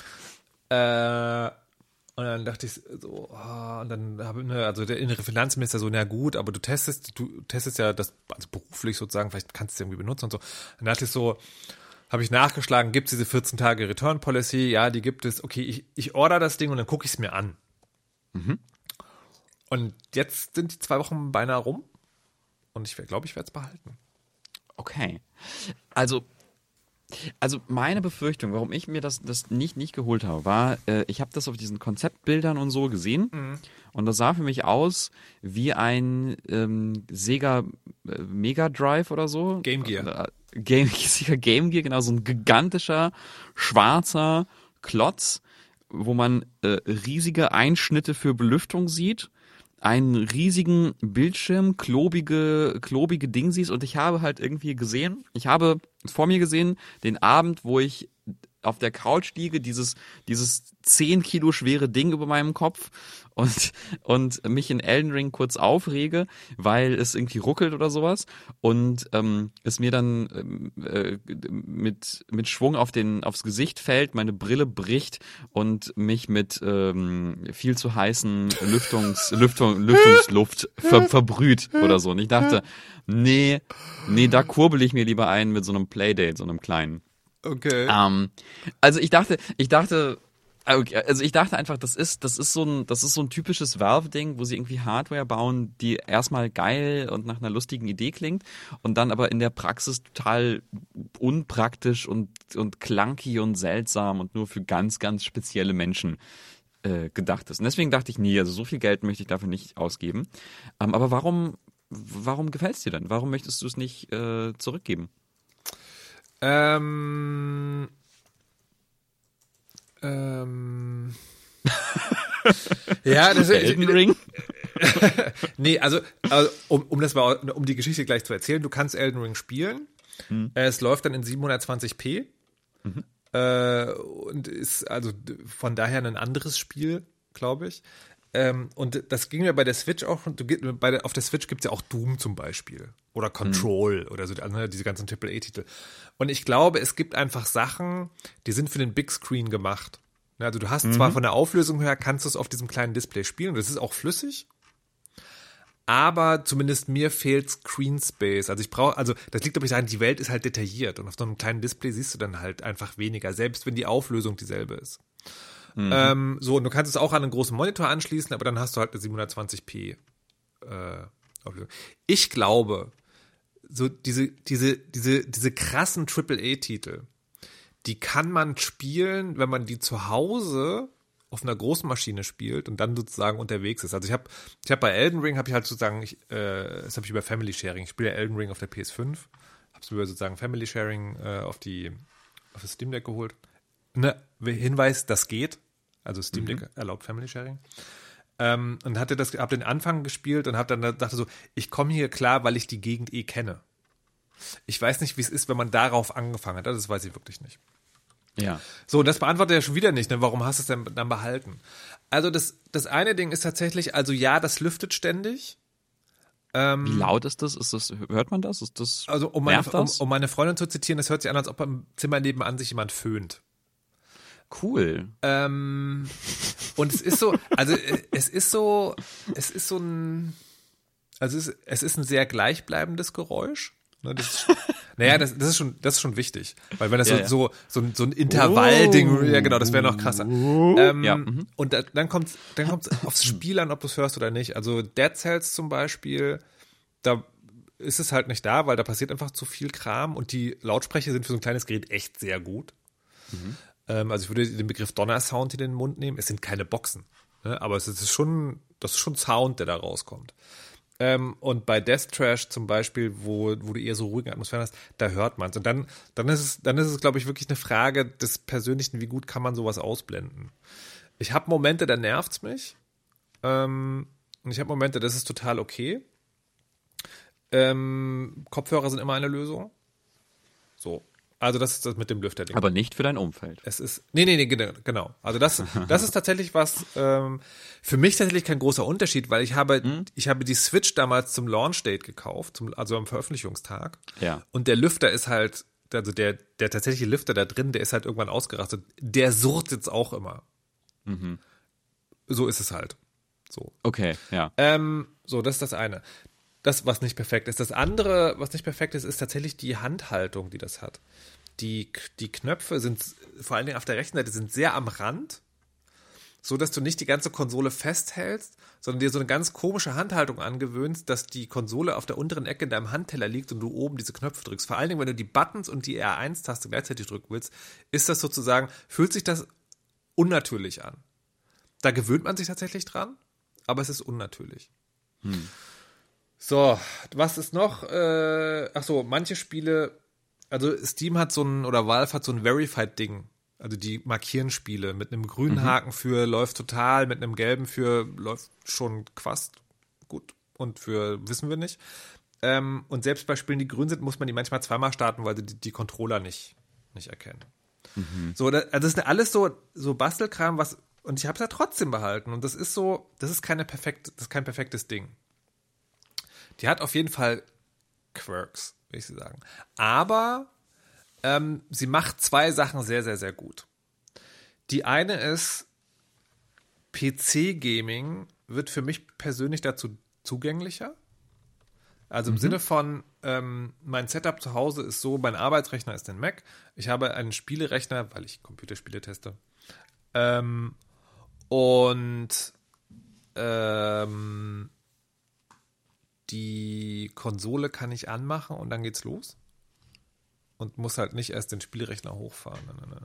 äh, und dann dachte ich so, oh, und dann habe ne, also der innere Finanzminister so, na gut, aber du testest, du testest ja das, also beruflich sozusagen, vielleicht kannst du es irgendwie benutzen und so. Dann dachte ich so, habe ich nachgeschlagen, gibt es diese vierzehn Tage Return Policy? Ja, die gibt es. Okay, ich, ich order das Ding und dann gucke ich es mir an. Mhm. Und jetzt sind die zwei Wochen beinahe rum und ich glaube, ich werde es behalten. Okay. Also, also meine Befürchtung, warum ich mir das, das nicht, nicht geholt habe, war, äh, ich habe das auf diesen Konzeptbildern und so gesehen mhm. und das sah für mich aus wie ein ähm, Sega äh, Mega Drive oder so. Game Gear. Äh, Game, sicher Game Gear, genau, so ein gigantischer, schwarzer Klotz, wo man äh, riesige Einschnitte für Belüftung sieht, einen riesigen Bildschirm, klobige, klobige Dingsies und ich habe halt irgendwie gesehen, ich habe vor mir gesehen, den Abend, wo ich auf der Couch liege, dieses, dieses zehn Kilo schwere Ding über meinem Kopf und, und mich in Elden Ring kurz aufrege, weil es irgendwie ruckelt oder sowas und ähm, es mir dann äh, mit, mit Schwung auf den, aufs Gesicht fällt, meine Brille bricht und mich mit ähm, viel zu heißen Lüftungs, Lüftung, Lüftungsluft ver, verbrüht oder so. Und ich dachte, nee, nee, da kurbel ich mir lieber ein mit so einem Playdate, so einem kleinen. Okay. Ähm, also ich dachte, ich dachte, also ich dachte einfach, das ist, das ist so ein, das ist so ein typisches Valve-Ding, wo sie irgendwie Hardware bauen, die erstmal geil und nach einer lustigen Idee klingt und dann aber in der Praxis total unpraktisch und, und clunky und seltsam und nur für ganz, ganz spezielle Menschen äh, gedacht ist. Und deswegen dachte ich, nee, also so viel Geld möchte ich dafür nicht ausgeben. Ähm, aber warum, warum gefällt es dir denn? Warum möchtest du es nicht äh, zurückgeben? Ähm. Ähm. ja, das ist. Elden Ring? nee, also, also um, um das mal, um die Geschichte gleich zu erzählen, du kannst Elden Ring spielen. Mhm. Es läuft dann in siebenhundertzwanzig p. Mhm. Äh, und ist also von daher ein anderes Spiel, glaube ich. Ähm, und das ging mir bei der Switch auch, du, bei der, auf der Switch gibt es ja auch Doom zum Beispiel. Oder Control mhm. oder so, also diese ganzen Triple A Titel. Und ich glaube, es gibt einfach Sachen, die sind für den Big Screen gemacht. Also du hast mhm. zwar von der Auflösung her, kannst du es auf diesem kleinen Display spielen, und das ist auch flüssig, aber zumindest mir fehlt Screen Space. Also ich brauche, also das liegt, ob ich sage, die Welt ist halt detailliert und auf so einem kleinen Display siehst du dann halt einfach weniger, selbst wenn die Auflösung dieselbe ist. Mhm. Ähm, so, und du kannst es auch an einen großen Monitor anschließen, aber dann hast du halt eine siebenhundertzwanzig p äh, Auflösung. Ich glaube, so diese, diese, diese, diese krassen Triple A Titel, die kann man spielen, wenn man die zu Hause auf einer großen Maschine spielt und dann sozusagen unterwegs ist. Also ich habe ich hab bei Elden Ring, habe ich halt sozusagen, ich, äh, das habe ich über Family Sharing, ich spiele Elden Ring auf der P S fünf, habe es über sozusagen Family Sharing äh, auf die auf das Steam Deck geholt. Ne, Hinweis, das geht. Also Steam Deck mhm. erlaubt Family Sharing. Ähm, und hatte das, hab den Anfang gespielt und hab dann dachte so, ich komme hier klar, weil ich die Gegend eh kenne. Ich weiß nicht, wie es ist, wenn man darauf angefangen hat. Das weiß ich wirklich nicht. Ja. So, und das beantwortet ja schon wieder nicht, ne? Warum hast du es denn dann behalten? Also das, das eine Ding ist tatsächlich, also ja, das lüftet ständig, Ähm, Wie laut ist das? Ist das, hört man das? Ist das, also um meine, nervt um, das? um meine Freundin zu zitieren, es hört sich an, als ob im Zimmer nebenan sich jemand föhnt. Cool. Ähm, und es ist so, also äh, es ist so, es ist so ein, also es ist, es ist ein sehr gleichbleibendes Geräusch. Ne, das ist, naja, das, das ist schon, das ist schon wichtig, weil wenn das Ja, so, ja. so, so ein, so ein Intervallding, Oh. ja genau, das wäre noch krasser. Ähm, Ja, mhm. Und da, dann kommt, dann kommt aufs Spiel an, ob du es hörst oder nicht. Also Dead Cells zum Beispiel, da ist es halt nicht da, weil da passiert einfach zu viel Kram und die Lautsprecher sind für so ein kleines Gerät echt sehr gut. Mhm. Ähm, also ich würde den Begriff Donnersound in den Mund nehmen. Es sind keine Boxen, ne? Aber es ist schon, das ist schon Sound, der da rauskommt. Ähm, und bei Death Trash zum Beispiel, wo, wo du eher so ruhige Atmosphären hast, da hört man es. Und dann, dann ist es, dann ist es, glaube ich, wirklich eine Frage des Persönlichen, wie gut kann man sowas ausblenden. Ich habe Momente, da nervt's mich. Ähm, und ich habe Momente, das ist total okay. Ähm, Kopfhörer sind immer eine Lösung. So. Also das ist das mit dem Lüfterding. Aber nicht für dein Umfeld. Es ist, nee, nee, nee, genau. Also das, das ist tatsächlich was, ähm, für mich tatsächlich kein großer Unterschied, weil ich habe, hm? ich habe die Switch damals zum Launch Date gekauft, zum, also am Veröffentlichungstag. Ja. Und der Lüfter ist halt, also der, der tatsächliche Lüfter da drin, der ist halt irgendwann ausgerastet. Der surrt jetzt auch immer. Mhm. So ist es halt. So. Okay, ja. Ähm, so, das ist das eine. Das, was nicht perfekt ist. Das andere, was nicht perfekt ist, ist tatsächlich die Handhaltung, die das hat. Die, die Knöpfe sind, vor allen Dingen auf der rechten Seite, sind sehr am Rand, so dass du nicht die ganze Konsole festhältst, sondern dir so eine ganz komische Handhaltung angewöhnst, dass die Konsole auf der unteren Ecke in deinem Handteller liegt und du oben diese Knöpfe drückst. Vor allen Dingen, wenn du die Buttons und die R eins Taste gleichzeitig drücken willst, ist das sozusagen, fühlt sich das unnatürlich an. Da gewöhnt man sich tatsächlich dran, aber es ist unnatürlich. Hm. So, was ist noch? Äh, ach so, manche Spiele, also Steam hat so ein, oder Valve hat so ein Verified-Ding. Also die markieren Spiele mit einem grünen Mhm. Haken für läuft total, mit einem gelben für läuft schon quast gut und für wissen wir nicht. Ähm, und selbst bei Spielen, die grün sind, muss man die manchmal zweimal starten, weil sie die, die Controller nicht, nicht erkennen. Mhm. So, das, also das ist alles so, so Bastelkram, was, und ich habe es ja trotzdem behalten. Und das ist so, das ist keine perfekt, das ist kein perfektes Ding. Die hat auf jeden Fall Quirks, will ich sie sagen. Aber ähm, sie macht zwei Sachen sehr, sehr, sehr gut. Die eine ist, P C-Gaming wird für mich persönlich dazu zugänglicher. Also im Mhm. Sinne von, ähm, mein Setup zu Hause ist so, mein Arbeitsrechner ist ein Mac. Ich habe einen Spielerechner, weil ich Computerspiele teste. Ähm, und ähm, die Konsole kann ich anmachen und dann geht's los. Und muss halt nicht erst den Spielrechner hochfahren.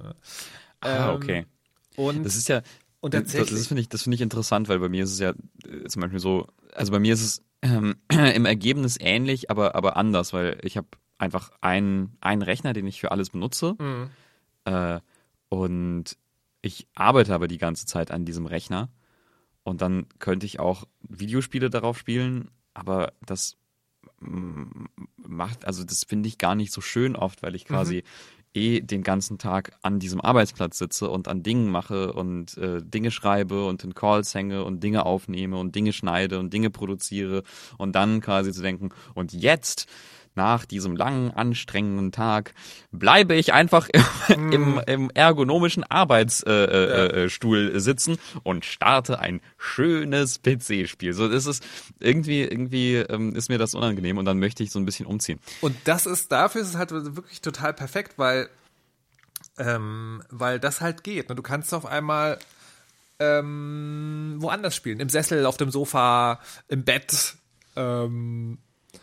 Ah, Ähm, okay. Und, Das ist ja, und das, tatsächlich. das finde ich, das finde ich interessant, weil bei mir ist es ja äh, zum Beispiel so, also bei mir ist es ähm, im Ergebnis ähnlich, aber, aber anders, weil ich habe einfach einen, einen Rechner, den ich für alles benutze. Mhm. Äh, und ich arbeite aber die ganze Zeit an diesem Rechner. Und dann könnte ich auch Videospiele darauf spielen, aber das mm, macht, also das finde ich gar nicht so schön oft, weil ich quasi mhm. eh den ganzen Tag an diesem Arbeitsplatz sitze und an Dingen mache und äh, Dinge schreibe und in Calls hänge und Dinge aufnehme und Dinge schneide und Dinge produziere und dann quasi zu denken, und jetzt nach diesem langen, anstrengenden Tag bleibe ich einfach im, im, im ergonomischen Arbeitsstuhl äh, äh, ja. sitzen und starte ein schönes P C-Spiel. So, das ist irgendwie, irgendwie ähm, ist mir das unangenehm und dann möchte ich so ein bisschen umziehen. Und das ist, dafür ist es halt wirklich total perfekt, weil, ähm, weil das halt geht. Ne? Du kannst auf einmal ähm, woanders spielen. Im Sessel, auf dem Sofa, im Bett, ähm,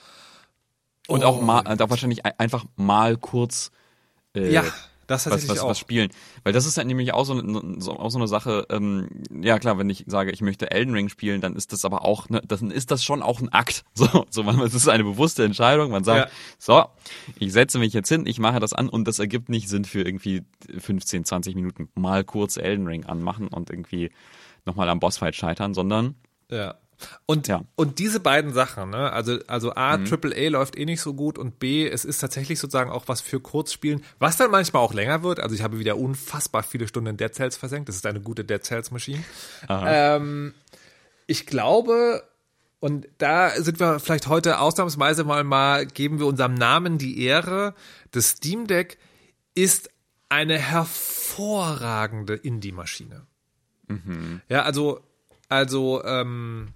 Und oh, auch mal, auch wahrscheinlich einfach mal kurz äh, ja, das was, tatsächlich was, auch. was spielen. Weil das ist ja nämlich auch so, so, auch so eine Sache, ähm, ja klar, wenn ich sage, ich möchte Elden Ring spielen, dann ist das aber auch, ne, dann ist das schon auch ein Akt. So, so man, es ist eine bewusste Entscheidung. Man sagt, Ja. so, ich setze mich jetzt hin, ich mache das an und das ergibt nicht Sinn für irgendwie fünfzehn, zwanzig Minuten mal kurz Elden Ring anmachen und irgendwie nochmal am Bossfight scheitern, sondern Ja. Und, ja. und diese beiden Sachen, ne, also, also A, Mhm. Triple A läuft eh nicht so gut und B, es ist tatsächlich sozusagen auch was für Kurzspielen, was dann manchmal auch länger wird. Also ich habe wieder unfassbar viele Stunden in Dead Cells versenkt. Das ist eine gute Dead Cells Maschine. Ähm, ich glaube, Und da sind wir vielleicht heute ausnahmsweise mal mal, geben wir unserem Namen die Ehre. Das Steam Deck ist eine hervorragende Indie-Maschine. Mhm. Ja, also, also ähm,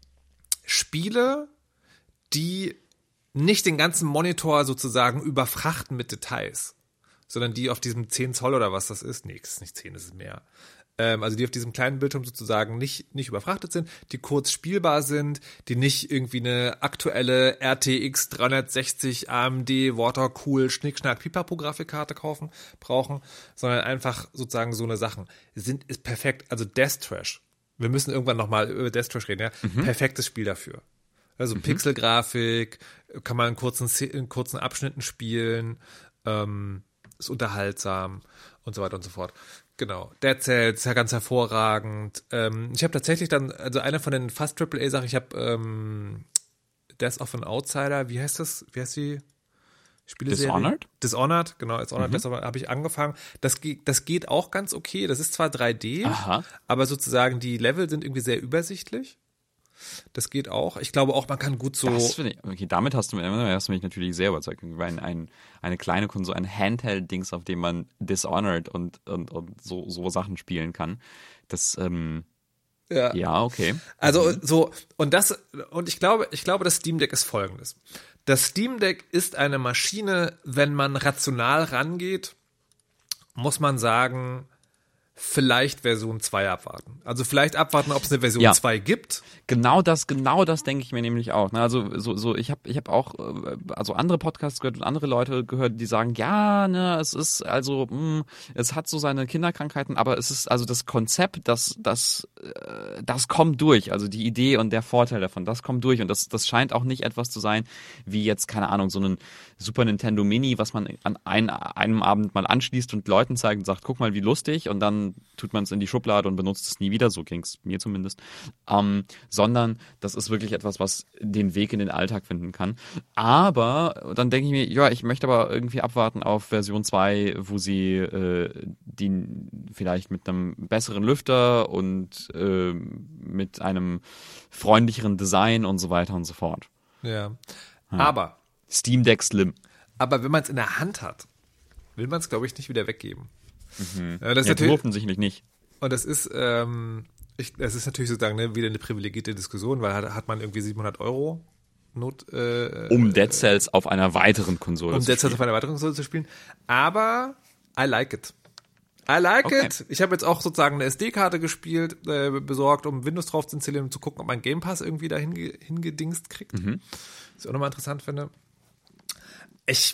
Spiele, die nicht den ganzen Monitor sozusagen überfrachten mit Details, sondern die auf diesem zehn Zoll oder was das ist, nee, das ist nicht zehn, das ist mehr, ähm, also die auf diesem kleinen Bildschirm sozusagen nicht, nicht überfrachtet sind, die kurz spielbar sind, die nicht irgendwie eine aktuelle R T X dreihundertsechzig A M D Watercool Schnickschnack Pipapo Grafikkarte kaufen, brauchen, sondern einfach sozusagen so eine Sachen sind, ist perfekt, also Death Trash. Wir müssen irgendwann nochmal über Death Trash reden, ja, mhm. Perfektes Spiel dafür. Also mhm. Pixelgrafik, kann man in kurzen, in kurzen Abschnitten spielen, ähm, ist unterhaltsam und so weiter und so fort. Genau. Dead Cells ist ja ganz hervorragend. Ähm, ich habe tatsächlich dann, also eine von den fast Triple A Sachen, ich habe ähm, Death of an Outsider, wie heißt das? Wie heißt die Spieleserie? Dishonored? Dishonored, genau, Dishonored, mhm. das habe ich angefangen. Das, ge- das geht auch ganz okay. Das ist zwar drei D, Aha. aber sozusagen die Level sind irgendwie sehr übersichtlich. Das geht auch. Ich glaube auch, man kann gut so. Das finde ich, okay, damit hast du, mich, hast du mich natürlich sehr überzeugt. Ein, ein, eine kleine Konsole, ein Handheld-Dings, auf dem man Dishonored und, und, und so, so Sachen spielen kann. Das, ähm, ja. ja, okay. Also mhm. so, und das, und ich glaube, ich glaube, das Steam Deck ist folgendes. Das Steam Deck ist eine Maschine, wenn man rational rangeht, muss man sagen, vielleicht Version zwei abwarten. Also vielleicht abwarten, ob es eine Version ja. zwei gibt. Genau das, genau das denke ich mir nämlich auch. Also so, so ich habe, ich habe auch also andere Podcasts gehört und andere Leute gehört, die sagen, ja, ne, es ist also, mh, es hat so seine Kinderkrankheiten, aber es ist also das Konzept, das, das, das kommt durch. Also die Idee und der Vorteil davon, das kommt durch und das, das scheint auch nicht etwas zu sein, wie jetzt keine Ahnung so ein Super Nintendo Mini, was man an ein, einem Abend mal anschließt und Leuten zeigt und sagt, guck mal, wie lustig, und dann tut man es in die Schublade und benutzt es nie wieder, so ging es mir zumindest, ähm, sondern das ist wirklich etwas, was den Weg in den Alltag finden kann. Aber dann denke ich mir, ja, ich möchte aber irgendwie abwarten auf Version zwei, wo sie äh, die vielleicht mit einem besseren Lüfter und äh, mit einem freundlicheren Design und so weiter und so fort. Ja, ja. aber Steam Deck Slim. Aber wenn man es in der Hand hat, will man es, glaube ich, nicht wieder weggeben. Mhm. Ja, das ist ja, natürlich, offensichtlich nicht. Und das ist, ähm, ich, das ist natürlich sozusagen ne, wieder eine privilegierte Diskussion, weil hat, hat man irgendwie siebenhundert Euro Not, äh, um Dead Cells äh, auf einer weiteren Konsole um zu Dead spielen. Cells auf einer weiteren Konsole zu spielen. Aber I like it. I like okay. it. Ich habe jetzt auch sozusagen eine S D-Karte gespielt, äh, besorgt, um Windows drauf zu installieren, um zu gucken, ob mein Game Pass irgendwie da hinge, hingedingst kriegt. Mhm. Was ich auch nochmal interessant finde. Ich,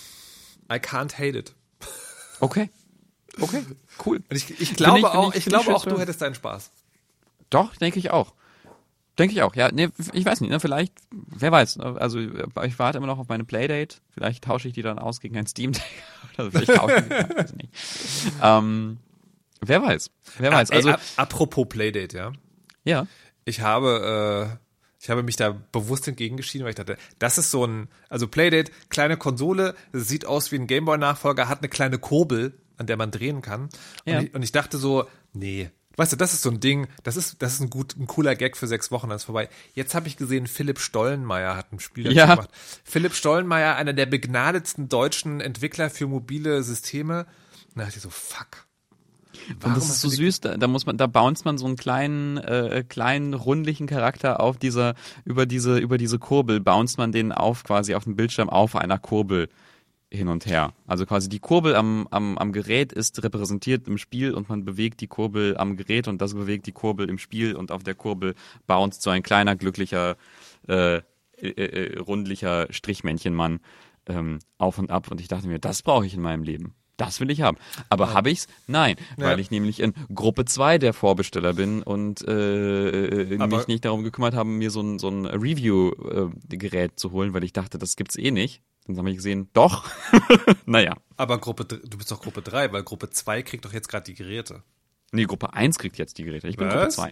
I can't hate it. Okay. Okay, cool. Und ich, ich glaube ich, auch, ich, ich glaube auch, schön. du hättest deinen Spaß. Doch, denke ich auch. Denke ich auch, ja. Nee, ich weiß nicht, ne, vielleicht, wer weiß. Also ich warte immer noch auf meine Playdate. Vielleicht tausche ich die dann aus gegen ein Steam Deck. Oder vielleicht tausche ich die, weiß nicht. Ähm, wer weiß. Wer weiß. Ah, also, ey, apropos Playdate, ja. Ja. Ich habe, äh, ich habe mich da bewusst entgegengeschieden, weil ich dachte, das ist so ein, also Playdate, kleine Konsole, sieht aus wie ein Gameboy-Nachfolger, hat eine kleine Kurbel, an der man drehen kann. Ja. Und, ich, und ich dachte so, nee, weißt du, das ist so ein Ding, das ist, das ist ein gut, ein cooler Gag für sechs Wochen, dann ist vorbei. Jetzt habe ich gesehen, Philipp Stollenmeier hat ein Spiel dazu ja. gemacht. Philipp Stollenmeier, einer der begnadetsten deutschen Entwickler für mobile Systeme. Und da dachte ich so, fuck. Warum? Und das ist so süß, da, da muss man, da bounced man so einen kleinen, äh, kleinen, rundlichen Charakter auf dieser, über diese, über diese Kurbel, bounced man den auf quasi auf dem Bildschirm auf einer Kurbel hin und her. Also quasi die Kurbel am, am, am Gerät ist repräsentiert im Spiel und man bewegt die Kurbel am Gerät und das bewegt die Kurbel im Spiel und auf der Kurbel bounced so ein kleiner, glücklicher, äh, äh, äh, rundlicher Strichmännchenmann ähm, auf und ab und ich dachte mir, das brauche ich in meinem Leben. Das will ich haben. Aber ja. habe ich's? Nein, ja. weil ich nämlich in Gruppe zwei der Vorbesteller bin und äh, mich nicht darum gekümmert habe, mir so ein, so ein Review-Gerät zu holen, weil ich dachte, das gibt's eh nicht. Dann habe ich gesehen, doch. Naja. Aber Gruppe, du bist doch Gruppe drei, weil Gruppe zwei kriegt doch jetzt gerade die Geräte. Nee, Gruppe eins kriegt jetzt die Geräte. Ich bin Was? Gruppe zwei.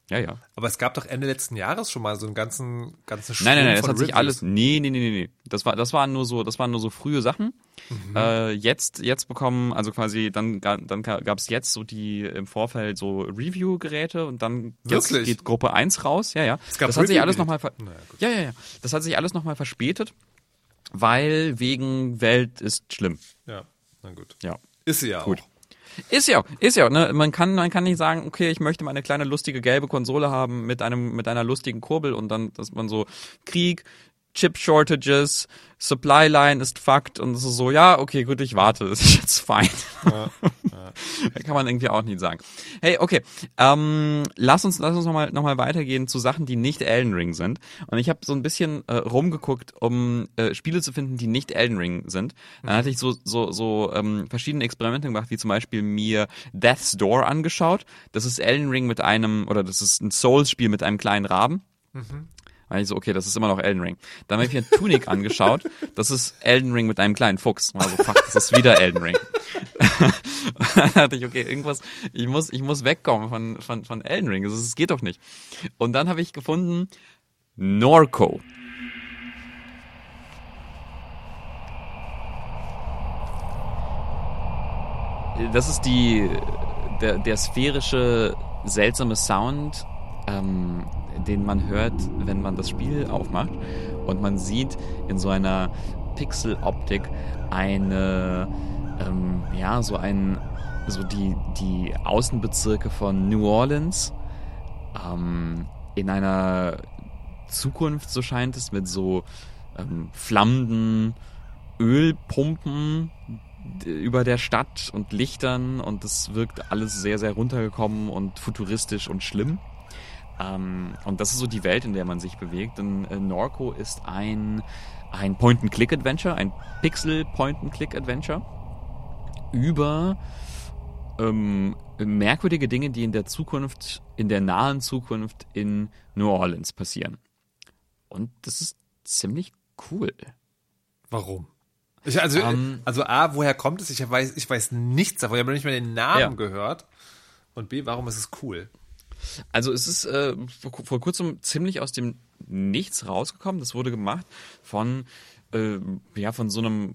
Ja, ja. Aber es gab doch Ende letzten Jahres schon mal so einen ganzen, ganzen Strom Nein, nein, nein, das von hat sich Reviews. alles, nee, nee, nee, nee, nee. Das war, das waren nur so, das waren nur so frühe Sachen. Mhm. Äh, jetzt, jetzt bekommen, also quasi, dann, ga- dann gab es jetzt so die im Vorfeld so Review-Geräte und dann jetzt Wirklich? geht Gruppe eins raus, ja, ja. Es gab das hat sich alles Review-Geräte. nochmal, ver- Naja, gut. ja, ja, ja. Das hat sich alles nochmal verspätet, weil wegen Welt ist schlimm. Ja, na gut. Ja. Ist sie ja Gut. auch. Ist ja, ist ja, ne? Man kann, man kann nicht sagen, okay, ich möchte mal eine kleine lustige gelbe Konsole haben mit einem, mit einer lustigen Kurbel und dann, dass man so Krieg, Chip Shortages, Supply Line ist fucked und so, so, ja, okay, gut, ich warte, das ist jetzt fein. Ja, Da kann man irgendwie auch nie sagen. Hey, okay, ähm, lass uns, lass uns nochmal, noch mal weitergehen zu Sachen, die nicht Elden Ring sind. Und ich habe so ein bisschen äh, rumgeguckt, um äh, Spiele zu finden, die nicht Elden Ring sind. Dann hatte ich so, so, so ähm, verschiedene Experimente gemacht, wie zum Beispiel mir Death's Door angeschaut. Das ist Elden Ring mit einem, oder das ist ein Souls-Spiel mit einem kleinen Raben. Weil ich so, okay, das ist immer noch Elden Ring. Dann habe ich mir Tunic angeschaut. Das ist Elden Ring mit einem kleinen Fuchs. Also, fuck, das ist wieder Elden Ring. Dann dachte ich, okay, irgendwas, ich muss, ich muss wegkommen von, von, von Elden Ring. Das, ist, das geht doch nicht. Und dann habe ich gefunden Norco. Das ist die, der, der sphärische, seltsame Sound, ähm, den man hört, wenn man das Spiel aufmacht und man sieht in so einer Pixeloptik eine, ähm, ja, so ein, so die, die Außenbezirke von New Orleans, ähm, in einer Zukunft, so scheint es, mit so ähm, flammenden Ölpumpen über der Stadt und Lichtern und das wirkt alles sehr, sehr runtergekommen und futuristisch und schlimm. Ähm, und das ist so die Welt, in der man sich bewegt. Denn äh, Norco ist ein, ein Point-and-Click-Adventure, ein Pixel-Point-and-Click-Adventure über ähm, merkwürdige Dinge, die in der Zukunft, in der nahen Zukunft in New Orleans passieren. Und das ist ziemlich cool. Warum? Ich, also, Um, also A, woher kommt es? Ich weiß, ich weiß nichts davon. Ich habe noch nicht mal den Namen Ja. gehört. Und B, warum ist es cool? Also es ist äh, vor, vor kurzem ziemlich aus dem Nichts rausgekommen. Das wurde gemacht von äh, ja von so einem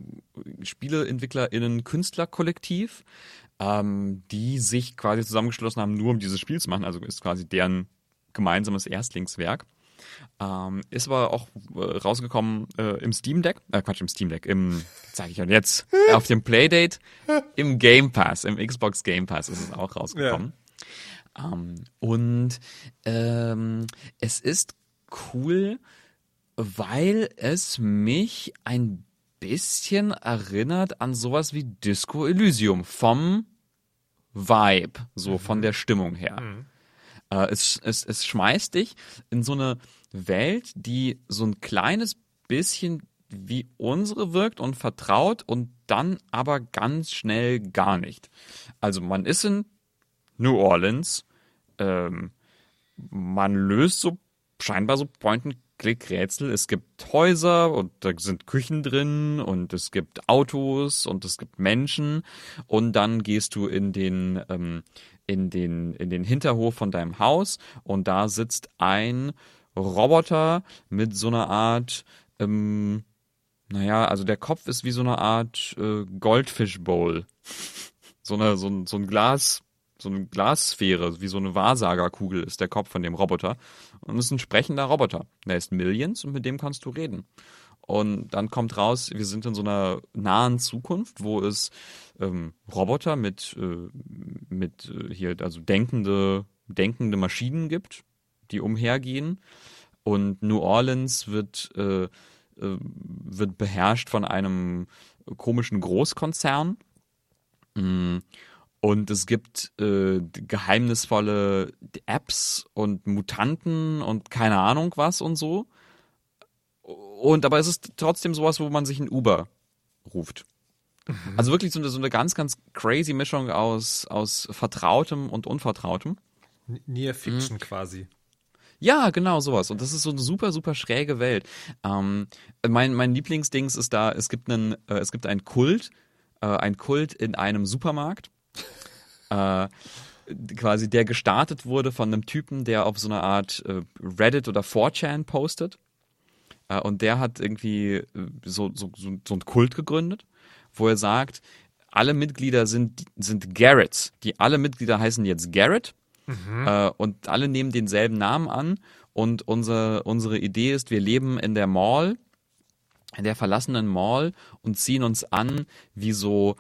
SpieleentwicklerInnen-Künstlerkollektiv, ähm, die sich quasi zusammengeschlossen haben, nur um dieses Spiel zu machen. Also ist quasi deren gemeinsames Erstlingswerk. Ähm, ist aber auch äh, rausgekommen äh, im Steam Deck, äh, Quatsch, im Steam Deck, im, sag ich schon jetzt, auf dem Playdate, im Game Pass, im Xbox Game Pass ist es auch rausgekommen. Ja. Ähm, und ähm, es ist cool, weil es mich ein bisschen erinnert an sowas wie Disco Elysium vom Vibe, so von der Stimmung her. Mhm. Äh, es, es, es schmeißt dich in so eine Welt, die so ein kleines bisschen wie unsere wirkt und vertraut und dann aber ganz schnell gar nicht. Also man ist in New Orleans, ähm, man löst so scheinbar so Point-and-Click-Rätsel. Es gibt Häuser und da sind Küchen drin und es gibt Autos und es gibt Menschen und dann gehst du in den ähm, in den in den Hinterhof von deinem Haus und da sitzt ein Roboter mit so einer Art ähm, naja, also der Kopf ist wie so eine Art äh, Goldfish-Bowl. So eine so ein, so ein Glas so eine Glassphäre, wie so eine Wahrsagerkugel ist der Kopf von dem Roboter. Und es ist ein sprechender Roboter. Der ist Millions und mit dem kannst du reden. Und dann kommt raus, wir sind in so einer nahen Zukunft, wo es ähm, Roboter mit, äh, mit äh, hier, also denkende, denkende Maschinen gibt, die umhergehen. Und New Orleans wird, äh, äh, wird beherrscht von einem komischen Großkonzern. Mm. Und es gibt äh, geheimnisvolle Apps und Mutanten und keine Ahnung was und so. Und aber es ist trotzdem sowas, wo man sich ein Uber ruft. Mhm. Also wirklich so eine, so eine ganz, ganz crazy Mischung aus, aus Vertrautem und Unvertrautem. Near Fiction mhm. quasi. Ja, genau sowas. Und das ist so eine super, super schräge Welt. Ähm, mein, mein Lieblingsdings ist da, es gibt einen, äh, es gibt einen Kult, äh, ein Kult in einem Supermarkt. Äh, quasi der gestartet wurde von einem Typen, der auf so einer Art äh, Reddit oder four chan postet. Äh, und der hat irgendwie äh, so, so, so, so einen Kult gegründet, wo er sagt, alle Mitglieder sind, sind Garretts. Die alle Mitglieder heißen jetzt Garrett mhm. äh, und alle nehmen denselben Namen an. Und unsere, unsere Idee ist, wir leben in der Mall, in der verlassenen Mall und ziehen uns an wie so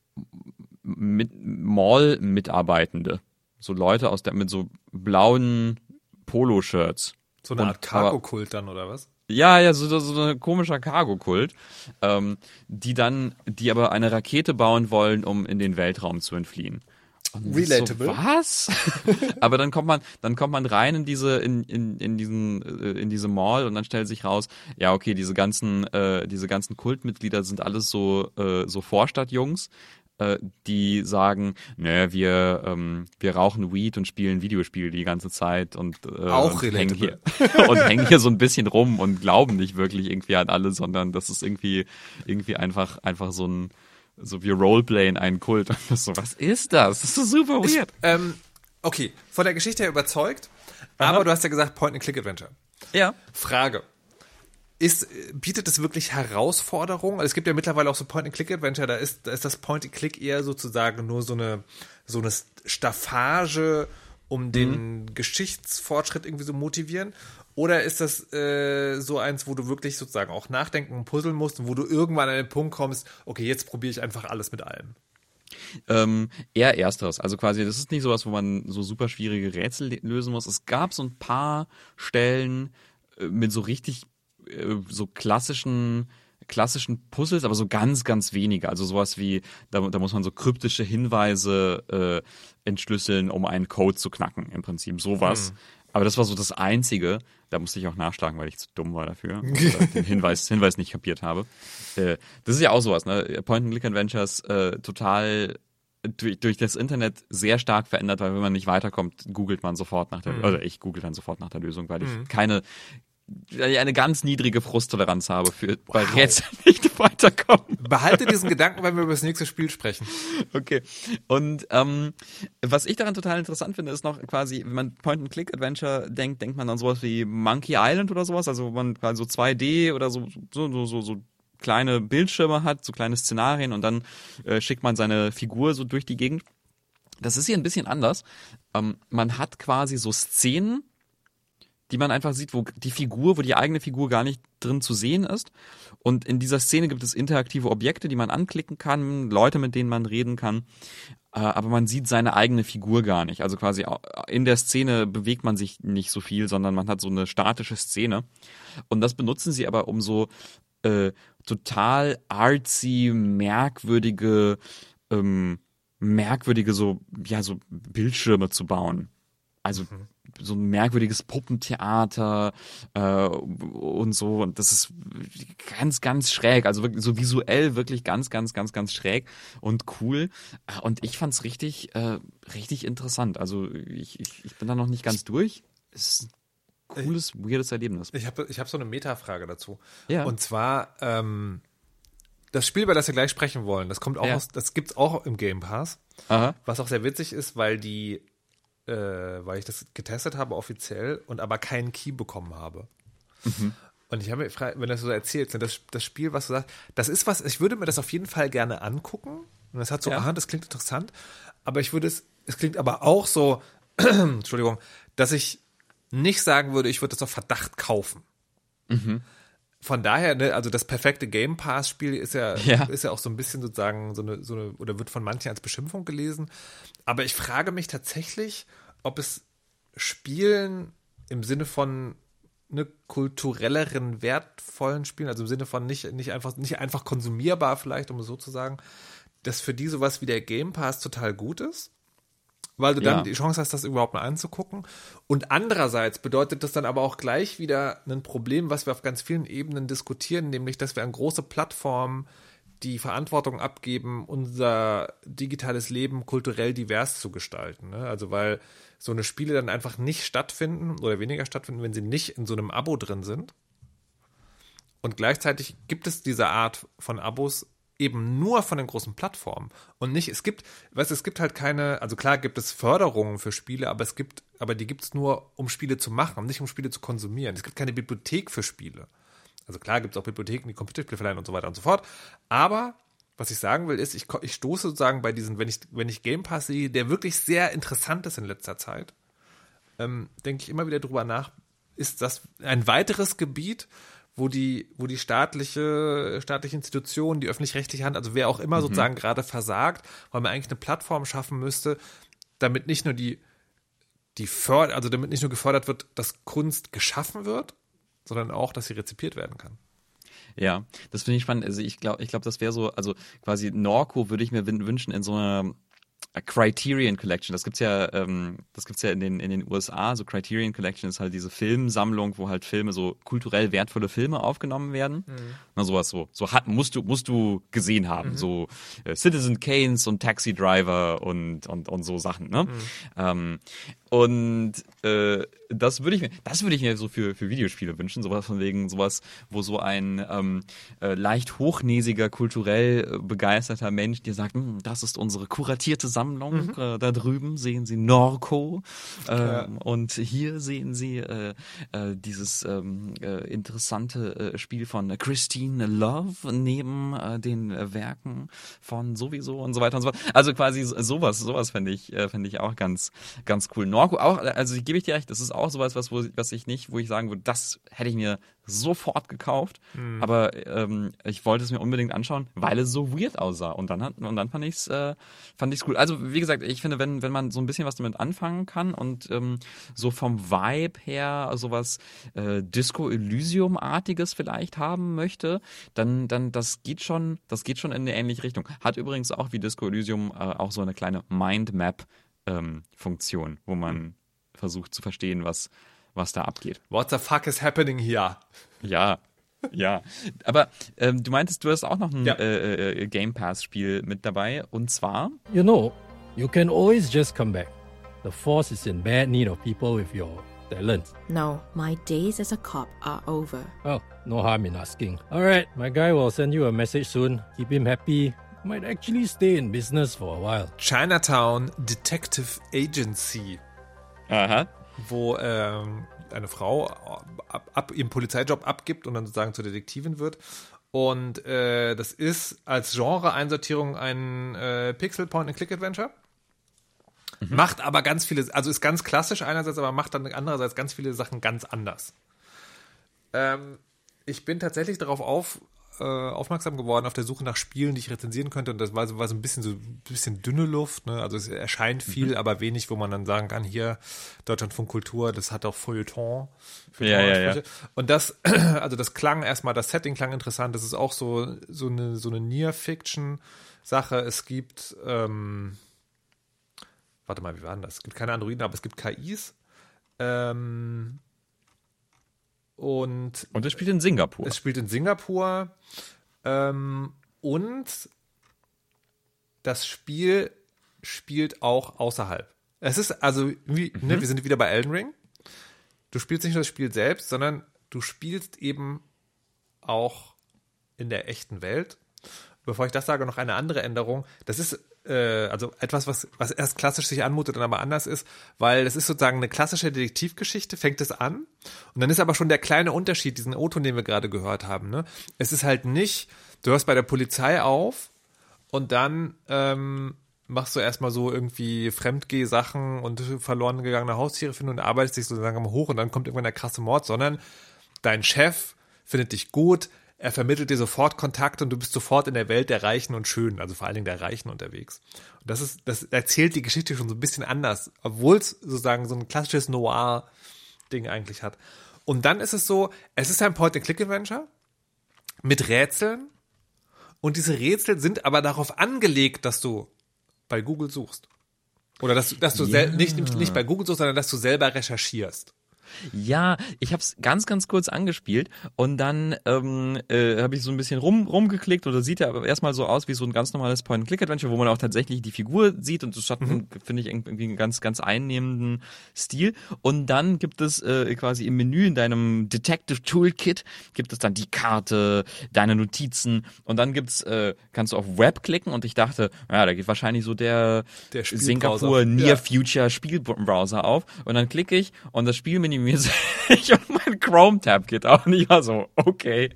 mit Mall-Mitarbeitende. So Leute aus der, mit so blauen Poloshirts. So eine Art Cargo-Kult dann, oder was? Ja, ja, so, so ein komischer Cargo-Kult, ähm, die dann, die aber eine Rakete bauen wollen, um in den Weltraum zu entfliehen. Relatable. So, was? Aber dann kommt man, dann kommt man rein in diese, in, in, in diesen, in diese Mall und dann stellt sich raus, ja, okay, diese ganzen, äh, diese ganzen Kultmitglieder sind alles so, äh, so Vorstadtjungs, äh, die sagen, ne, wir, ähm, wir rauchen Weed und spielen Videospiele die ganze Zeit und, äh, auch und hängen hier, relatable. und hängen hier so ein bisschen rum und glauben nicht wirklich irgendwie an alle, sondern das ist irgendwie, irgendwie einfach, einfach so ein, so wir roleplayen einen Kult. Und das so, was ist das? Das ist so super weird. Ich, ähm, okay, von der Geschichte her überzeugt, Aha. aber du hast ja gesagt Point-and-Click-Adventure. Ja. Frage. Ist, bietet es wirklich Herausforderungen? Also es gibt ja mittlerweile auch so Point-and-Click-Adventure, da ist, da ist das Point-and-Click eher sozusagen nur so eine, so eine Staffage, um den mhm. Geschichtsfortschritt irgendwie so motivieren. Oder ist das äh, so eins, wo du wirklich sozusagen auch nachdenken und puzzeln musst und wo du irgendwann an den Punkt kommst, okay, jetzt probiere ich einfach alles mit allem? Ähm, eher ersteres. Also quasi, das ist nicht sowas, wo man so super schwierige Rätsel lösen muss. Es gab so ein paar Stellen äh, mit so richtig äh, so klassischen klassischen Puzzles, aber so ganz, ganz wenige. Also sowas wie, da, da muss man so kryptische Hinweise äh, entschlüsseln, um einen Code zu knacken, im Prinzip. Sowas. Hm. Aber das war so das Einzige, da musste ich auch nachschlagen, weil ich zu dumm war dafür und den Hinweis, Hinweis nicht kapiert habe. Äh, das ist ja auch sowas, ne? Point-and-Click-Adventures äh, total durch, durch das Internet sehr stark verändert, weil wenn man nicht weiterkommt, googelt man sofort nach der, mhm. oder ich google dann sofort nach der Lösung, weil ich mhm. keine, eine ganz niedrige Frusttoleranz habe für wow. bei Rätseln nicht weiterkommen. Behalte diesen Gedanken, wenn wir über das nächste Spiel sprechen. Okay. Und ähm, was ich daran total interessant finde, ist noch quasi, wenn man Point-and-Click-Adventure denkt, denkt man an sowas wie Monkey Island oder sowas, also wo man quasi so zwei D oder so so so so, so kleine Bildschirme hat, so kleine Szenarien und dann äh, schickt man seine Figur so durch die Gegend. Das ist hier ein bisschen anders. Ähm, man hat quasi so Szenen, die man einfach sieht, wo die Figur, wo die eigene Figur gar nicht drin zu sehen ist. Und in dieser Szene gibt es interaktive Objekte, die man anklicken kann, Leute, mit denen man reden kann. Äh, aber man sieht seine eigene Figur gar nicht. Also quasi in der Szene bewegt man sich nicht so viel, sondern man hat so eine statische Szene. Und das benutzen sie aber, um so äh, total artsy, merkwürdige, ähm, merkwürdige so, ja, so Bildschirme zu bauen. Also mhm. so ein merkwürdiges Puppentheater äh, und so. Und das ist ganz, ganz schräg. Also wirklich so visuell wirklich ganz, ganz, ganz, ganz schräg und cool. Und ich fand's richtig, äh, richtig interessant. Also ich, ich, ich bin da noch nicht ganz durch. Es ist ein cooles, ich, weirdes Erlebnis. Ich habe ich hab so eine Metafrage dazu. Ja. Und zwar ähm, das Spiel, über das wir gleich sprechen wollen, das kommt auch ja. aus, das gibt's auch im Game Pass. Aha. Was auch sehr witzig ist, weil die Äh, weil ich das getestet habe offiziell und aber keinen Key bekommen habe. Mhm. Und ich habe mir gefragt, wenn du das so erzählst, das, das Spiel, was du sagst, das ist was, ich würde mir das auf jeden Fall gerne angucken. Und das hat so, ja. aha, das klingt interessant. Aber ich würde es, es klingt aber auch so, Entschuldigung, dass ich nicht sagen würde, ich würde das auf Verdacht kaufen. Mhm. Von daher, ne, also das perfekte Game Pass-Spiel ist ja, ja. ist ja auch so ein bisschen sozusagen so eine, so eine, oder wird von manchen als Beschimpfung gelesen. Aber ich frage mich tatsächlich, ob es Spielen im Sinne von ne, kulturelleren, wertvollen Spielen, also im Sinne von nicht, nicht einfach, nicht einfach konsumierbar vielleicht, um es so zu sagen, dass für die sowas wie der Game Pass total gut ist. Weil du dann ja. die Chance hast, das überhaupt mal anzugucken. Und andererseits bedeutet das dann aber auch gleich wieder ein Problem, was wir auf ganz vielen Ebenen diskutieren, nämlich, dass wir an große Plattformen die Verantwortung abgeben, unser digitales Leben kulturell divers zu gestalten. Ne? Also weil so eine Spiele dann einfach nicht stattfinden oder weniger stattfinden, wenn sie nicht in so einem Abo drin sind. Und gleichzeitig gibt es diese Art von Abos eben nur von den großen Plattformen und nicht, es gibt, weißt du, es gibt halt keine, also klar gibt es Förderungen für Spiele, aber es gibt, aber die gibt es nur, um Spiele zu machen, nicht um Spiele zu konsumieren. Es gibt keine Bibliothek für Spiele. Also klar gibt es auch Bibliotheken, die Computerspiele verleihen und so weiter und so fort, aber was ich sagen will, ist, ich, ich stoße sozusagen bei diesen, wenn ich, wenn ich Game Pass sehe, der wirklich sehr interessant ist in letzter Zeit, ähm, denke ich immer wieder drüber nach, ist das ein weiteres Gebiet, wo die, wo die staatliche, staatliche Institution, die öffentlich-rechtliche Hand, also wer auch immer mhm. sozusagen gerade versagt, weil man eigentlich eine Plattform schaffen müsste, damit nicht nur die, die Förder, also damit nicht nur gefördert wird, dass Kunst geschaffen wird, sondern auch, dass sie rezipiert werden kann. Ja, das finde ich spannend. Also ich glaube, ich glaube, das wäre so, also quasi Norco würde ich mir wünschen in so einer Criterion Collection, das gibt's ja, ähm, das gibt's ja in den in den U S A. So Criterion Collection ist halt diese Filmsammlung, wo halt Filme, so kulturell wertvolle Filme aufgenommen werden. Mhm. Na sowas so, so hat musst du musst du gesehen haben, mhm. so äh, Citizen Kanes und Taxi Driver und und und so Sachen, ne? Mhm. Ähm, und äh, das würde ich mir, das würde ich mir so für für Videospiele wünschen, sowas von wegen sowas, wo so ein ähm, äh, leicht hochnäsiger, kulturell begeisterter Mensch dir sagt, das ist unsere kuratierte Sammlung, mhm. äh, da drüben sehen Sie Norco äh, ja. und hier sehen Sie äh, äh, dieses ähm, äh, interessante äh, Spiel von Christine Love neben äh, den äh, Werken von sowieso und so weiter und so fort. Also quasi sowas, sowas fände ich, äh, fände ich auch ganz, ganz cool. Norco auch, also gebe ich dir recht, das ist auch sowas, was, wo, was ich nicht, wo ich sagen würde, das hätte ich mir sofort gekauft, mhm. aber ähm, ich wollte es mir unbedingt anschauen, weil es so weird aussah und dann hat, und dann fand ich's äh, fand ich's cool. Also wie gesagt, ich finde, wenn wenn man so ein bisschen was damit anfangen kann und ähm, so vom Vibe her sowas äh, Disco Elysium artiges vielleicht haben möchte, dann dann das geht schon, das geht schon in eine ähnliche Richtung. Hat übrigens auch wie Disco Elysium äh, auch so eine kleine Mindmap ähm, Funktion, wo man mhm. versucht zu verstehen, was was da abgeht. What the fuck is happening here? Ja, ja. Aber ähm, du meintest, du hast auch noch ein ja. äh, äh, Game Pass-Spiel mit dabei. Und zwar? You know, you can always just come back. The Force is in bad need of people with your talents. No, my days as a cop are over. Oh, no harm in asking. Alright, my guy will send you a message soon. Keep him happy. Might actually stay in business for a while. Chinatown Detective Agency. Aha. Wo ähm, eine Frau ab, ab, ihren Polizeijob abgibt und dann sozusagen zur Detektivin wird. Und äh, das ist als Genre-Einsortierung ein äh, Pixel-Point-and-Click-Adventure. Mhm. Macht aber ganz viele, also ist ganz klassisch einerseits, aber macht dann andererseits ganz viele Sachen ganz anders. Ähm, ich bin tatsächlich darauf auf, äh, aufmerksam geworden, auf der Suche nach Spielen, die ich rezensieren könnte, und das war so, war so ein bisschen so ein bisschen dünne Luft, ne? Also es erscheint viel, mhm. aber wenig, wo man dann sagen kann, hier Deutschlandfunk Kultur, das hat auch Feuilleton. Ja, ja, ja. Und das, also das klang erstmal, das Setting klang interessant, das ist auch so, so eine, so eine Near-Fiction-Sache. Es gibt, ähm, warte mal, wie war denn das? Es gibt keine Androiden, aber es gibt K Is. Ähm, Und, und es spielt in Singapur. Es spielt in Singapur. Ähm, und das Spiel spielt auch außerhalb. Es ist also, wie, mhm. ne, wir sind wieder bei Elden Ring. Du spielst nicht nur das Spiel selbst, sondern du spielst eben auch in der echten Welt. Bevor ich das sage, noch eine andere Änderung. Das ist äh, also etwas, was, was erst klassisch sich anmutet, dann aber anders ist, weil das ist sozusagen eine klassische Detektivgeschichte, fängt es an. Und dann ist aber schon der kleine Unterschied, diesen O-Ton, den wir gerade gehört haben. Ne? Es ist halt nicht, du hörst bei der Polizei auf und dann ähm, machst du erstmal so irgendwie Fremdgeh-Sachen und verloren gegangene Haustiere finden und arbeitest dich sozusagen mal hoch und dann kommt irgendwann der krasse Mord, sondern dein Chef findet dich gut, er vermittelt dir sofort Kontakt und du bist sofort in der Welt der Reichen und Schönen, also vor allen Dingen der Reichen unterwegs. Und das ist, das erzählt die Geschichte schon so ein bisschen anders, obwohl es sozusagen so ein klassisches Noir-Ding eigentlich hat. Und dann ist es so, es ist ein Point-and-Click-Adventure mit Rätseln und diese Rätsel sind aber darauf angelegt, dass du bei Google suchst. Oder dass, dass du ja. sel- nicht, nicht bei Google suchst, sondern dass du selber recherchierst. Ja, ich habe es ganz, ganz kurz angespielt und dann ähm, äh, habe ich so ein bisschen rum rumgeklickt oder sieht ja aber erstmal so aus wie so ein ganz normales Point-and-Click-Adventure, wo man auch tatsächlich die Figur sieht und das hat, mhm. finde ich, irgendwie einen ganz, ganz einnehmenden Stil. Und dann gibt es äh, quasi im Menü in deinem Detective Toolkit gibt es dann die Karte, deine Notizen und dann gibt's äh, kannst du auf Web klicken und ich dachte, ja, da geht wahrscheinlich so der, der Singapur Near ja. Future Spielbrowser auf und dann klicke ich und das Spiel minimiert sich und mein Chrome-Tab geht auch nicht. Ich war so, okay.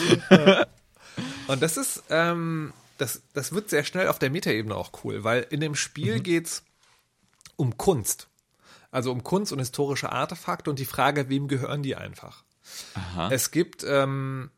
Und das ist, ähm, das, das wird sehr schnell auf der Metaebene auch cool, weil in dem Spiel mhm. geht's um Kunst. Also um Kunst und historische Artefakte und die Frage, wem gehören die einfach? Aha. Es gibt, ähm,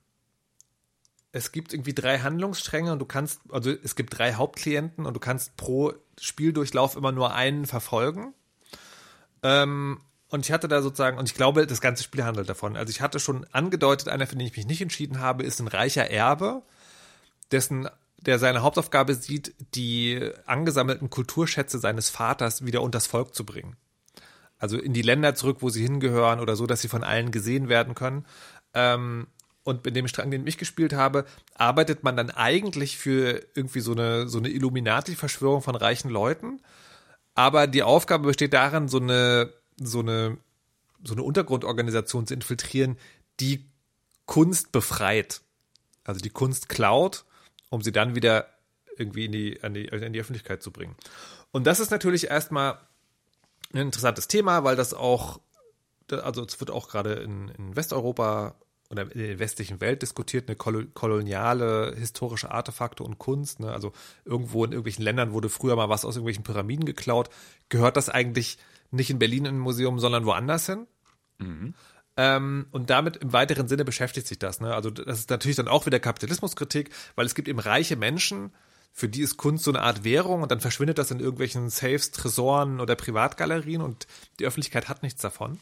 es gibt irgendwie drei Handlungsstränge und du kannst, also es gibt drei Hauptklienten und du kannst pro Spieldurchlauf immer nur einen verfolgen. Ähm, Und ich hatte da sozusagen, und ich glaube, das ganze Spiel handelt davon. Also ich hatte schon angedeutet, einer, für den ich mich nicht entschieden habe, ist ein reicher Erbe, dessen, der seine Hauptaufgabe sieht, die angesammelten Kulturschätze seines Vaters wieder unters Volk zu bringen. Also in die Länder zurück, wo sie hingehören oder so, dass sie von allen gesehen werden können. Ähm, und in dem Strang, den ich gespielt habe, arbeitet man dann eigentlich für irgendwie so eine, so eine Illuminati-Verschwörung von reichen Leuten. Aber die Aufgabe besteht darin, so eine so eine, so eine Untergrundorganisation zu infiltrieren, die Kunst befreit. Also die Kunst klaut, um sie dann wieder irgendwie in die, an die, in die Öffentlichkeit zu bringen. Und das ist natürlich erstmal ein interessantes Thema, weil das auch, also es wird auch gerade in, in Westeuropa oder in der westlichen Welt diskutiert, eine koloniale historische Artefakte und Kunst. Ne? Also irgendwo in irgendwelchen Ländern wurde früher mal was aus irgendwelchen Pyramiden geklaut. Gehört das eigentlich nicht in Berlin in ein Museum, sondern woanders hin? Mhm. Ähm, und damit im weiteren Sinne beschäftigt sich das. Ne? Also das ist natürlich dann auch wieder Kapitalismuskritik, weil es gibt eben reiche Menschen, für die ist Kunst so eine Art Währung und dann verschwindet das in irgendwelchen Safes, Tresoren oder Privatgalerien und die Öffentlichkeit hat nichts davon.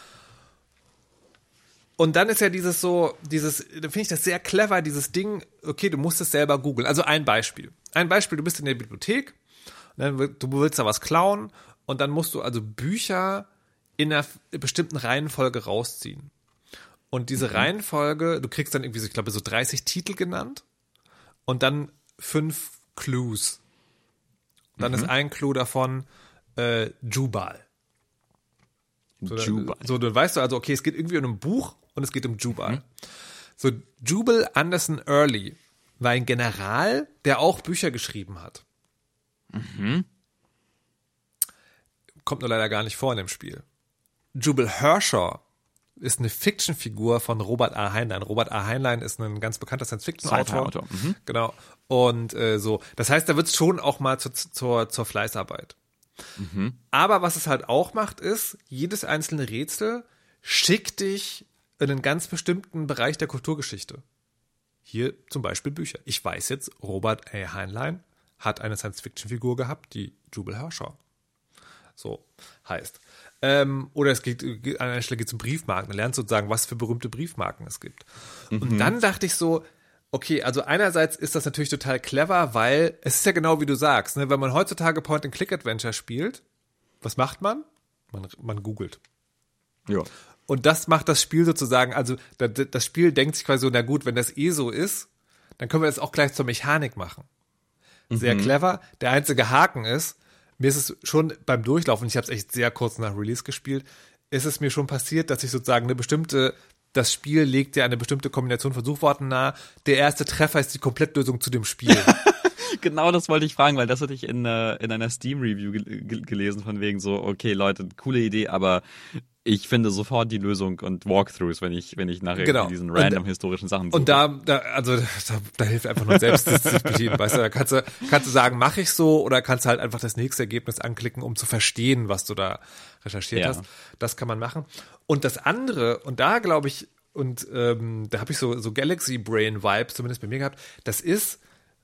Und dann ist ja dieses so, dieses, da finde ich das sehr clever, dieses Ding, okay, du musst es selber googeln. Also ein Beispiel. Ein Beispiel, du bist in der Bibliothek, und dann, du willst da was klauen und dann musst du also Bücher in einer bestimmten Reihenfolge rausziehen. Und diese mhm. Reihenfolge, du kriegst dann irgendwie, so, ich glaube, so dreißig Titel genannt und dann fünf Clues. Und dann mhm. ist ein Clue davon äh, Jubal. So, Jubal. So, dann weißt du also, okay, es geht irgendwie um ein Buch und es geht um Jubal. Mhm. So, Jubal Anderson Early war ein General, der auch Bücher geschrieben hat. Mhm. Kommt nur leider gar nicht vor in dem Spiel. Jubal Hershaw ist eine Fiction-Figur von Robert A. Heinlein. Robert A. Heinlein ist ein ganz bekannter Science-Fiction-Autor. Mhm. Genau. Und äh, so, das heißt, da wird es schon auch mal zu, zur, zur Fleißarbeit. Mhm. Aber was es halt auch macht, ist, jedes einzelne Rätsel schickt dich in einen ganz bestimmten Bereich der Kulturgeschichte. Hier zum Beispiel Bücher. Ich weiß jetzt, Robert A. Heinlein hat eine Science-Fiction-Figur gehabt, die Jubal Hershaw. So heißt. Ähm, oder es geht, an einer Stelle geht es um Briefmarken. Du lernst sozusagen, was für berühmte Briefmarken es gibt. Mhm. Und dann dachte ich so, okay, also einerseits ist das natürlich total clever, weil es ist ja genau wie du sagst, ne? Wenn man heutzutage Point-and-Click-Adventure spielt, was macht man? Man, man googelt. Ja. Und das macht das Spiel sozusagen, also das Spiel denkt sich quasi so, na gut, wenn das eh so ist, dann können wir das auch gleich zur Mechanik machen. Sehr mhm. clever. Der einzige Haken ist, mir ist es schon beim Durchlaufen, ich habe es echt sehr kurz nach Release gespielt, ist es mir schon passiert, dass ich sozusagen eine bestimmte, das Spiel legt ja eine bestimmte Kombination von Suchworten nahe. Der erste Treffer ist die Komplettlösung zu dem Spiel. Genau, das wollte ich fragen, weil das hatte ich in, äh, in einer Steam-Review ge- ge- gelesen, von wegen so, okay, Leute, coole Idee, aber ich finde sofort die Lösung und Walkthroughs, wenn ich, wenn ich nachher genau. diesen random und, historischen Sachen suche. Und da, da also da, da hilft einfach nur Selbstdisziplin, weißt du, da kannst du, kannst du sagen, mache ich so, oder kannst du halt einfach das nächste Ergebnis anklicken, um zu verstehen, was du da recherchiert ja. hast. Das kann man machen. Und das andere, und da glaube ich, und ähm, da habe ich so, so Galaxy Brain Vibes zumindest bei mir gehabt, das ist,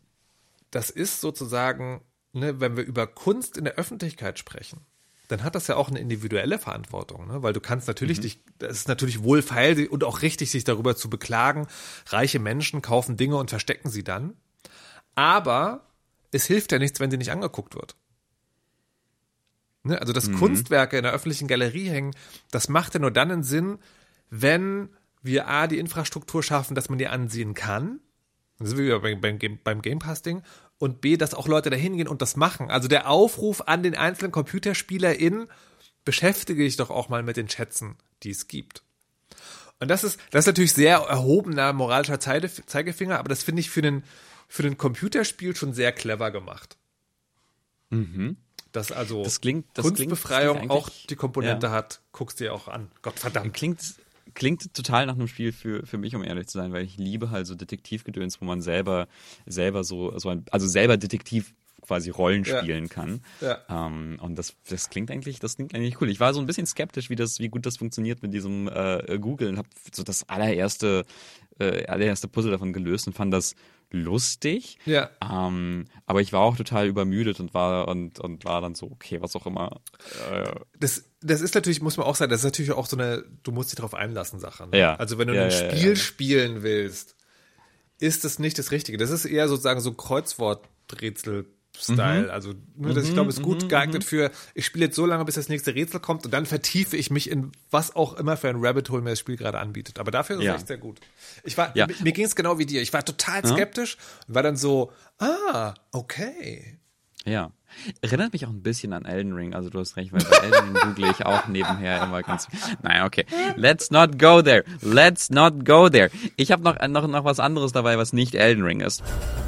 das ist sozusagen, ne, wenn wir über Kunst in der Öffentlichkeit sprechen, dann hat das ja auch eine individuelle Verantwortung, ne? Weil du kannst natürlich mhm. dich, das ist natürlich wohlfeil und auch richtig, sich darüber zu beklagen. Reiche Menschen kaufen Dinge und verstecken sie dann. Aber es hilft ja nichts, wenn sie nicht angeguckt wird. Ne? Also, dass mhm. Kunstwerke in der öffentlichen Galerie hängen, das macht ja nur dann einen Sinn, wenn wir A, die Infrastruktur schaffen, dass man die ansehen kann. Das ist wie beim, beim, beim Game Pass-Ding. Und B, dass auch Leute da hingehen und das machen. Also der Aufruf an den einzelnen ComputerspielerInnen, beschäftige dich doch auch mal mit den Schätzen, die es gibt. Und das ist, das ist natürlich sehr erhobener moralischer Zeige, Zeigefinger, aber das finde ich für ein für ein Computerspiel schon sehr clever gemacht. Mhm. Dass also das klingt, das Kunstbefreiung klingt auch die Komponente ja. hat, guckst dir auch an. Gott verdammt. Klingt, klingt total nach einem Spiel für, für mich, um ehrlich zu sein, weil ich liebe halt so Detektivgedöns, wo man selber, selber so, so ein, also selber Detektiv quasi Rollen spielen ja. kann. Ja. Ähm, und das, das klingt eigentlich, das klingt eigentlich cool. Ich war so ein bisschen skeptisch, wie das, wie gut das funktioniert mit diesem äh, Google und habe so das allererste, äh, allererste Puzzle davon gelöst und fand das lustig. Ja. Ähm, aber ich war auch total übermüdet und war und, und war dann so, okay, was auch immer. Äh, das, das ist natürlich, muss man auch sagen, das ist natürlich auch so eine, du musst dich darauf einlassen, Sache. Ne? Ja. Also wenn du ja, ein ja, Spiel ja, ja. spielen willst, ist das nicht das Richtige. Das ist eher sozusagen so Kreuzworträtsel Style, Mhm. also nur, dass ich glaube, es ist gut geeignet für, ich spiele jetzt so lange, bis das nächste Rätsel kommt und dann vertiefe ich mich in was auch immer für ein Rabbit Hole mir das Spiel gerade anbietet. Aber dafür ist es Ja. echt sehr gut. Ich war, Ja. mir, mir ging es genau wie dir. Ich war total skeptisch und war dann so, ah, okay. Ja. Erinnert mich auch ein bisschen an Elden Ring, also du hast recht, weil bei Elden Ring google ich auch nebenher immer ganz. Nein, okay. Let's not go there. Let's not go there. Ich habe noch, noch, noch was anderes dabei, was nicht Elden Ring ist.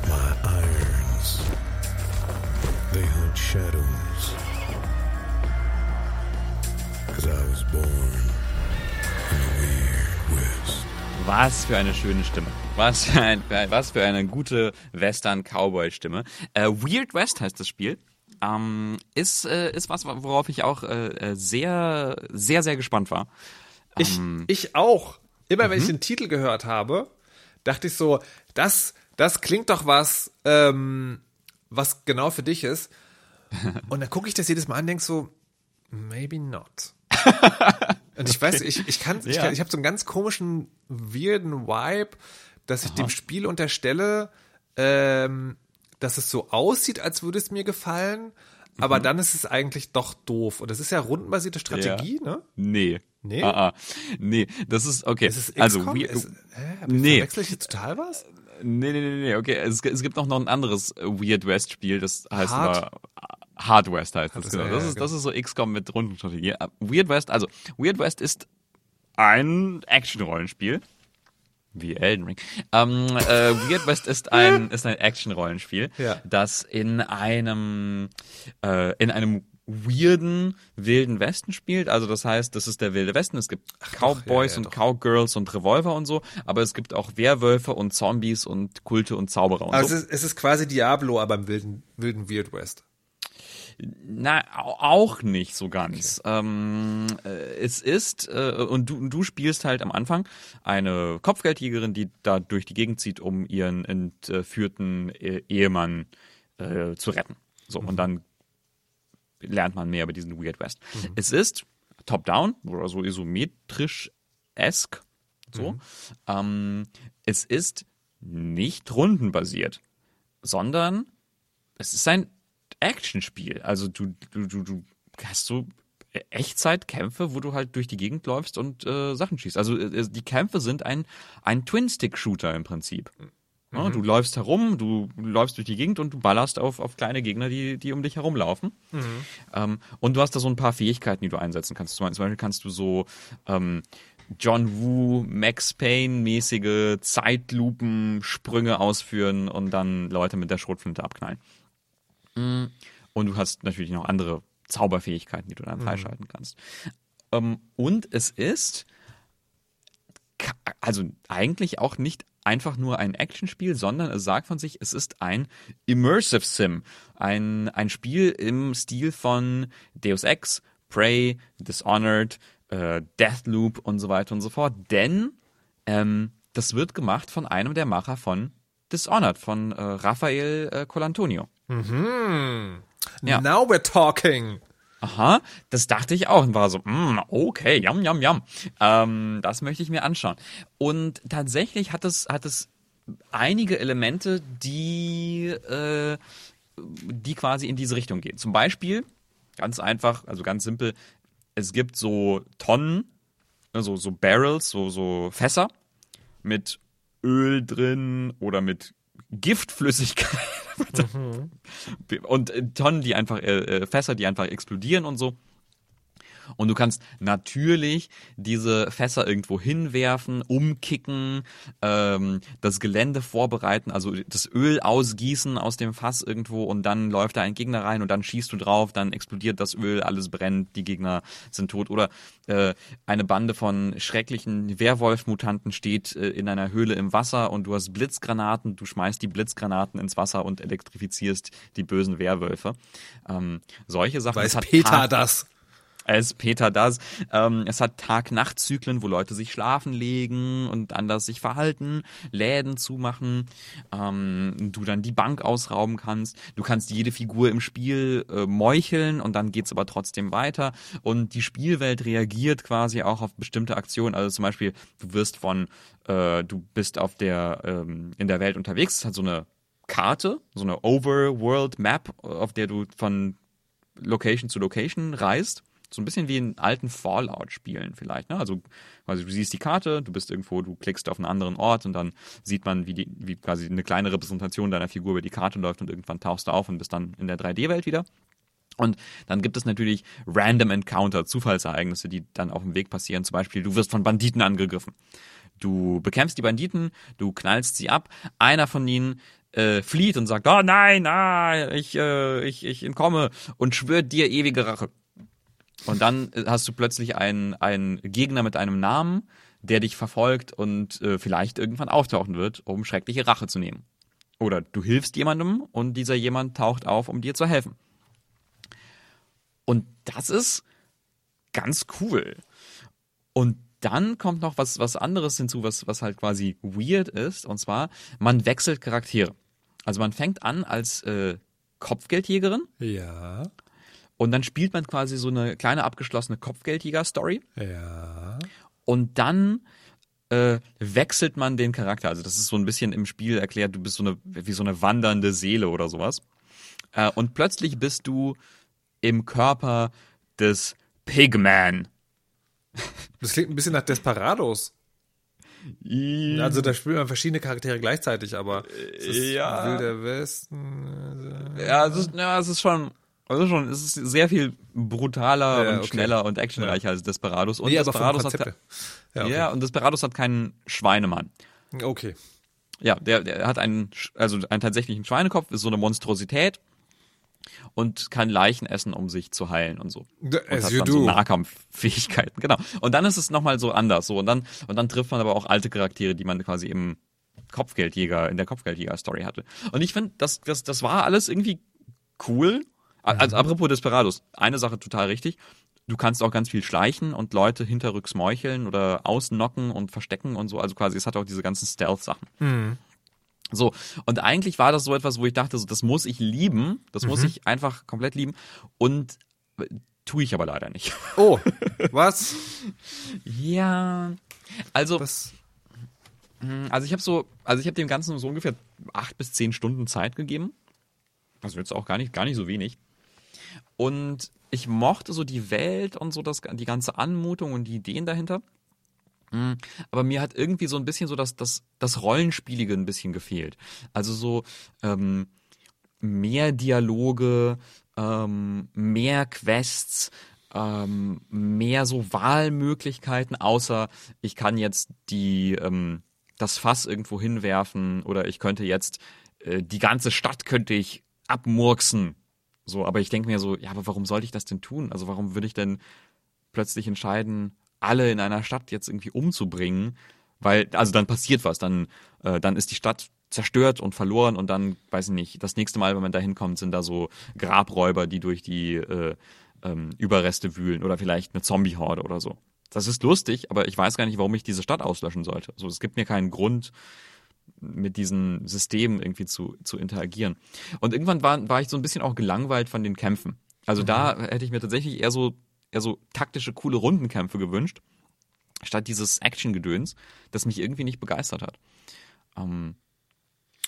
They hunt shadows, 'cause I was born in the Weird West. Was für eine schöne Stimme. Was für, ein, was für eine gute Western-Cowboy-Stimme. Äh, Weird West heißt das Spiel. Ähm, ist, äh, ist was, worauf ich auch äh, sehr, sehr, sehr gespannt war. Ich, Ähm, ich auch. Immer wenn ich den Titel gehört habe, dachte ich so, das, das klingt doch was, ähm, was genau für dich ist. Und dann gucke ich das jedes Mal an und denke so, maybe not. Und ich weiß, ich, ich kann, ich, Ja. kann, ich habe so einen ganz komischen, weirden Vibe, dass ich Aha. dem Spiel unterstelle, ähm, dass es so aussieht, als würde es mir gefallen, aber Mhm. dann ist es eigentlich doch doof. Und das ist ja rundenbasierte Strategie, ne? Nee. Nee? Ah, ah. Nee, das ist, okay. Ist es also, X COM? we, Ist, hä, aber nee. Verwechsel ich jetzt total was? Nee, nee, nee, nee, okay. Es, es gibt auch noch ein anderes Weird West Spiel, das heißt Hard? aber Hard West heißt das, das, genau. ja, Das ja, ist, das ist so X COM mit Rundenstrategie. Weird West, also Weird West ist ein Action-Rollenspiel. Wie Elden Ring. Ähm, äh, Weird West ist ein, ist ein Action-Rollenspiel, Ja. das in einem, äh, in einem weirden Wilden Westen spielt. Also das heißt, das ist der Wilde Westen. Es gibt Cowboys ja, ja, und doch. Cowgirls und Revolver und so, aber es gibt auch Werwölfe und Zombies und Kulte und Zauberer und Also so. es ist, es ist quasi Diablo, aber im wilden, wilden Weird West. Na, au- auch nicht so ganz. Ähm, äh, es ist, äh, und du, du spielst halt am Anfang eine Kopfgeldjägerin, die da durch die Gegend zieht, um ihren entführten äh, Ehemann äh, zu retten. So, und dann lernt man mehr über diesen Weird West. Es ist top-down oder so isometrisch-esk. So. Ähm, es ist nicht rundenbasiert, sondern es ist ein Actionspiel. Also du, du, du, du hast so Echtzeitkämpfe, wo du halt durch die Gegend läufst und äh, Sachen schießt. Also äh, die Kämpfe sind ein, ein Twin-Stick-Shooter im Prinzip. Ja, du läufst herum, du läufst durch die Gegend und du ballerst auf, auf kleine Gegner, die, die um dich herumlaufen. Ähm, und du hast da so ein paar Fähigkeiten, die du einsetzen kannst. Zum Beispiel kannst du so ähm, John Woo, Max Payne-mäßige Zeitlupensprünge ausführen und dann Leute mit der Schrotflinte abknallen. Und du hast natürlich noch andere Zauberfähigkeiten, die du dann freischalten kannst. Ähm, und es ist ka- also eigentlich auch nicht einfach nur ein Actionspiel, sondern es sagt von sich, es ist ein Immersive Sim. Ein, ein Spiel im Stil von Deus Ex, Prey, Dishonored, äh, Deathloop und so weiter und so fort. Denn ähm, das wird gemacht von einem der Macher von Dishonored, von äh, Raphael äh, Colantonio. Ja. Now we're talking. Aha, das dachte ich auch und war so, mm, okay, yum, yum, yum. Ähm, das möchte ich mir anschauen. Und tatsächlich hat es, hat es einige Elemente, die, äh, die quasi in diese Richtung gehen. Zum Beispiel Ganz einfach, also ganz simpel. Es gibt so Tonnen, also so Barrels, so, so Fässer mit Öl drin oder mit Giftflüssigkeit. Mhm. Und Tonnen, die einfach, äh, Fässer, die einfach explodieren und so. Und du kannst natürlich diese Fässer irgendwo hinwerfen, umkicken, ähm, das Gelände vorbereiten, also das Öl ausgießen aus dem Fass irgendwo und dann läuft da ein Gegner rein und dann schießt du drauf, dann explodiert das Öl, alles brennt, die Gegner sind tot. Oder äh, eine Bande von schrecklichen Werwolf-Mutanten steht äh, in einer Höhle im Wasser und du hast Blitzgranaten, du schmeißt die Blitzgranaten ins Wasser und elektrifizierst die bösen Werwölfe. Ähm, solche Sachen. Weiß Peter das? Es Peter das. Ähm, es hat Tag-Nacht-Zyklen, wo Leute sich schlafen legen und anders sich verhalten, Läden zumachen, ähm, du dann die Bank ausrauben kannst. Du kannst jede Figur im Spiel äh, meucheln und dann geht's aber trotzdem weiter. Und die Spielwelt reagiert quasi auch auf bestimmte Aktionen. Also zum Beispiel, du wirst von, äh, du bist auf der ähm, in der Welt unterwegs. Es hat so eine Karte, so eine Overworld Map, auf der du von Location zu Location reist. So ein bisschen wie in alten Fallout-Spielen vielleicht, ne? Also, also du siehst die Karte, du bist irgendwo, du klickst auf einen anderen Ort und dann sieht man, wie die, wie quasi eine kleine Repräsentation deiner Figur über die Karte läuft und irgendwann tauchst du auf und bist dann in der drei D Welt wieder. Und dann gibt es natürlich Random Encounter, Zufallsereignisse, die dann auf dem Weg passieren. Zum Beispiel, du wirst von Banditen angegriffen. Du bekämpfst die Banditen, du knallst sie ab, einer von ihnen äh, flieht und sagt, oh nein, ah, ich, äh, ich, ich entkomme und schwört dir ewige Rache. Und dann hast du plötzlich einen, einen Gegner mit einem Namen, der dich verfolgt und äh, vielleicht irgendwann auftauchen wird, um schreckliche Rache zu nehmen. Oder du hilfst jemandem und dieser jemand taucht auf, um dir zu helfen. Und das ist ganz cool. Und dann kommt noch was, was anderes hinzu, was, was halt quasi weird ist. Und zwar, man wechselt Charaktere. Also man fängt an als äh, Kopfgeldjägerin. Ja. Und dann spielt man quasi so eine kleine abgeschlossene Kopfgeldjäger-Story. Ja. Und dann äh, wechselt man den Charakter. Also das ist so ein bisschen im Spiel erklärt, du bist so eine wie so eine wandernde Seele oder sowas. Äh, und plötzlich bist du im Körper des Pigman. Das klingt ein bisschen nach Desperados. Also da spielt man verschiedene Charaktere gleichzeitig, aber es ist ja. Wilder Westen. Ja, es ist, ja, es ist schon... Also schon, es ist sehr viel brutaler ja, und okay. schneller und actionreicher ja. als Desperados. Und nee, Desperados hat ja, okay. ja, und Desperados hat keinen Schweinemann. Okay. Ja, der, der hat einen, also einen tatsächlichen Schweinekopf, ist so eine Monstrosität und kann Leichen essen, um sich zu heilen und so. Und As hat you dann do. so Nahkampffähigkeiten, genau. Und dann ist es nochmal so anders, so. Und dann, und dann trifft man aber auch alte Charaktere, die man quasi im Kopfgeldjäger, in der Kopfgeldjäger-Story hatte. Und ich finde, das, das, das war alles irgendwie cool. Also apropos Desperados, eine Sache total richtig. Du kannst auch ganz viel schleichen und Leute hinterrücks meucheln oder ausnocken und verstecken und so. Also quasi, es hat auch diese ganzen Stealth-Sachen. Mhm. So, und eigentlich war das so etwas, wo ich dachte, so, das muss ich lieben. Das Mhm. muss ich einfach komplett lieben. Und äh, tue ich aber leider nicht. Oh, was? Ja, also... was? Also ich habe so, also ich habe dem Ganzen so ungefähr acht bis zehn Stunden Zeit gegeben. Also jetzt auch gar nicht, gar nicht so wenig. Und ich mochte so die Welt und so das, die ganze Anmutung und die Ideen dahinter. Aber mir hat irgendwie so ein bisschen so das, das, das Rollenspielige ein bisschen gefehlt. Also so ähm, mehr Dialoge, ähm, mehr Quests, ähm, mehr so Wahlmöglichkeiten, außer ich kann jetzt die ähm, das Fass irgendwo hinwerfen oder ich könnte jetzt äh, die ganze Stadt könnte ich abmurksen. So, aber ich denke mir so, ja, aber warum sollte ich das denn tun? Also warum würde ich denn plötzlich entscheiden, alle in einer Stadt jetzt irgendwie umzubringen? Weil, also dann passiert was, dann, äh, dann ist die Stadt zerstört und verloren und dann, weiß ich nicht, das nächste Mal, wenn man da hinkommt, sind da so Grabräuber, die durch die äh, ähm, Überreste wühlen oder vielleicht eine Zombie-Horde oder so. Das ist lustig, aber ich weiß gar nicht, warum ich diese Stadt auslöschen sollte. Also es gibt mir keinen Grund, mit diesen Systemen irgendwie zu, zu interagieren. Und irgendwann war, war ich so ein bisschen auch gelangweilt von den Kämpfen. Also mhm. da hätte ich mir tatsächlich eher so, eher so taktische, coole Rundenkämpfe gewünscht, statt dieses Action-Gedöns, das mich irgendwie nicht begeistert hat. Ähm,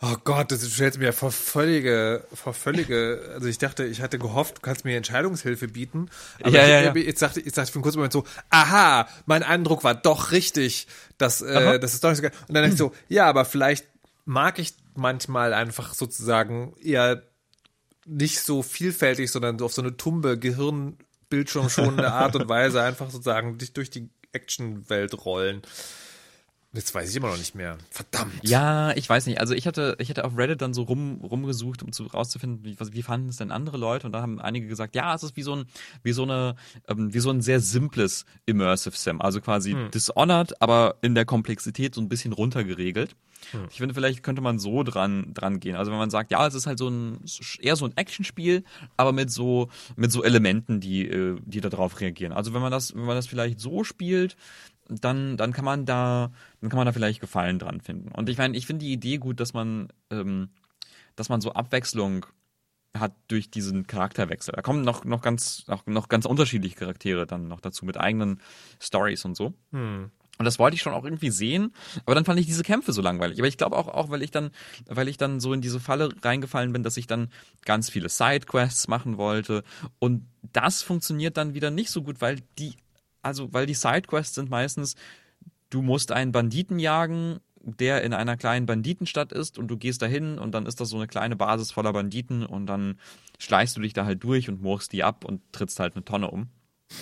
Oh Gott, das stellt mir vor völlige, vor völlige, also ich dachte, ich hatte gehofft, du kannst mir Entscheidungshilfe bieten. Aber Ja, ich, ja, ja. Jetzt, dachte, jetzt dachte ich für einen kurzen Moment so, aha, mein Eindruck war doch richtig, dass, äh, das ist doch nicht so geil. Und dann dachte ich so, ja, aber vielleicht mag ich manchmal einfach sozusagen eher nicht so vielfältig, sondern so auf so eine tumbe, gehirnbildschirmschonende Art und Weise einfach sozusagen dich durch die Actionwelt rollen. Jetzt weiß ich immer noch nicht mehr. Verdammt. Ja, ich weiß nicht. Also ich hatte, ich hatte auf Reddit dann so rum, rumgesucht, um zu rauszufinden, wie, was, wie fanden es denn andere Leute? Und da haben einige gesagt, ja, es ist wie so ein, wie so eine, ähm, wie so ein sehr simples Immersive Sim. Also quasi hm. Dishonored, aber in der Komplexität so ein bisschen runtergeregelt. Hm. Ich finde, vielleicht könnte man so dran, dran gehen. Also wenn man sagt, ja, es ist halt so ein, eher so ein Actionspiel, aber mit so, mit so Elementen, die, äh, die da drauf reagieren. Also wenn man das, wenn man das vielleicht so spielt, dann dann kann man da dann kann man da vielleicht Gefallen dran finden. Und ich meine, ich finde die Idee gut, dass man ähm, dass man so Abwechslung hat durch diesen Charakterwechsel. Da kommen noch noch ganz noch, noch ganz unterschiedliche Charaktere dann noch dazu mit eigenen Stories und so. Hm. Und das wollte ich schon auch irgendwie sehen, aber dann fand ich diese Kämpfe so langweilig. Aber ich glaube auch, auch weil ich dann, weil ich dann so in diese Falle reingefallen bin, dass ich dann ganz viele Sidequests machen wollte. Und das funktioniert dann wieder nicht so gut, weil die Also, weil die Sidequests sind meistens, du musst einen Banditen jagen, der in einer kleinen Banditenstadt ist und du gehst dahin und dann ist das so eine kleine Basis voller Banditen und dann schleichst du dich da halt durch und murkst die ab und trittst halt eine Tonne um.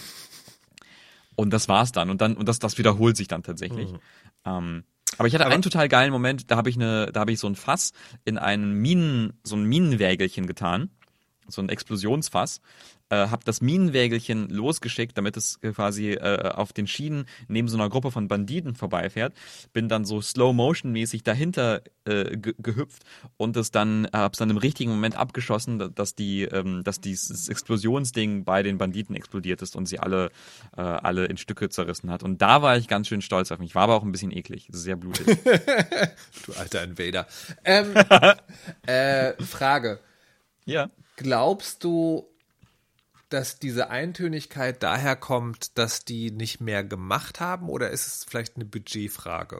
Und das war's dann. Und dann, und das, das wiederholt sich dann tatsächlich. Mhm. Ähm, aber ich hatte aber einen total geilen Moment, da habe ich eine, da habe ich so ein Fass in einen Minen, so ein Minenwägelchen getan. So ein Explosionsfass, äh, habe das Minenwägelchen losgeschickt, damit es quasi äh, auf den Schienen neben so einer Gruppe von Banditen vorbeifährt, bin dann so Slow-Motion-mäßig dahinter äh, ge- gehüpft und es dann, hab's dann im richtigen Moment abgeschossen, dass die, ähm, dass dieses Explosionsding bei den Banditen explodiert ist und sie alle, äh, alle in Stücke zerrissen hat. Und da war ich ganz schön stolz auf mich. War aber auch ein bisschen eklig, sehr blutig. Du alter Invader. Ähm, äh, Frage. Ja. Glaubst du, dass diese Eintönigkeit daher kommt, dass die nicht mehr gemacht haben, oder ist es vielleicht eine Budgetfrage?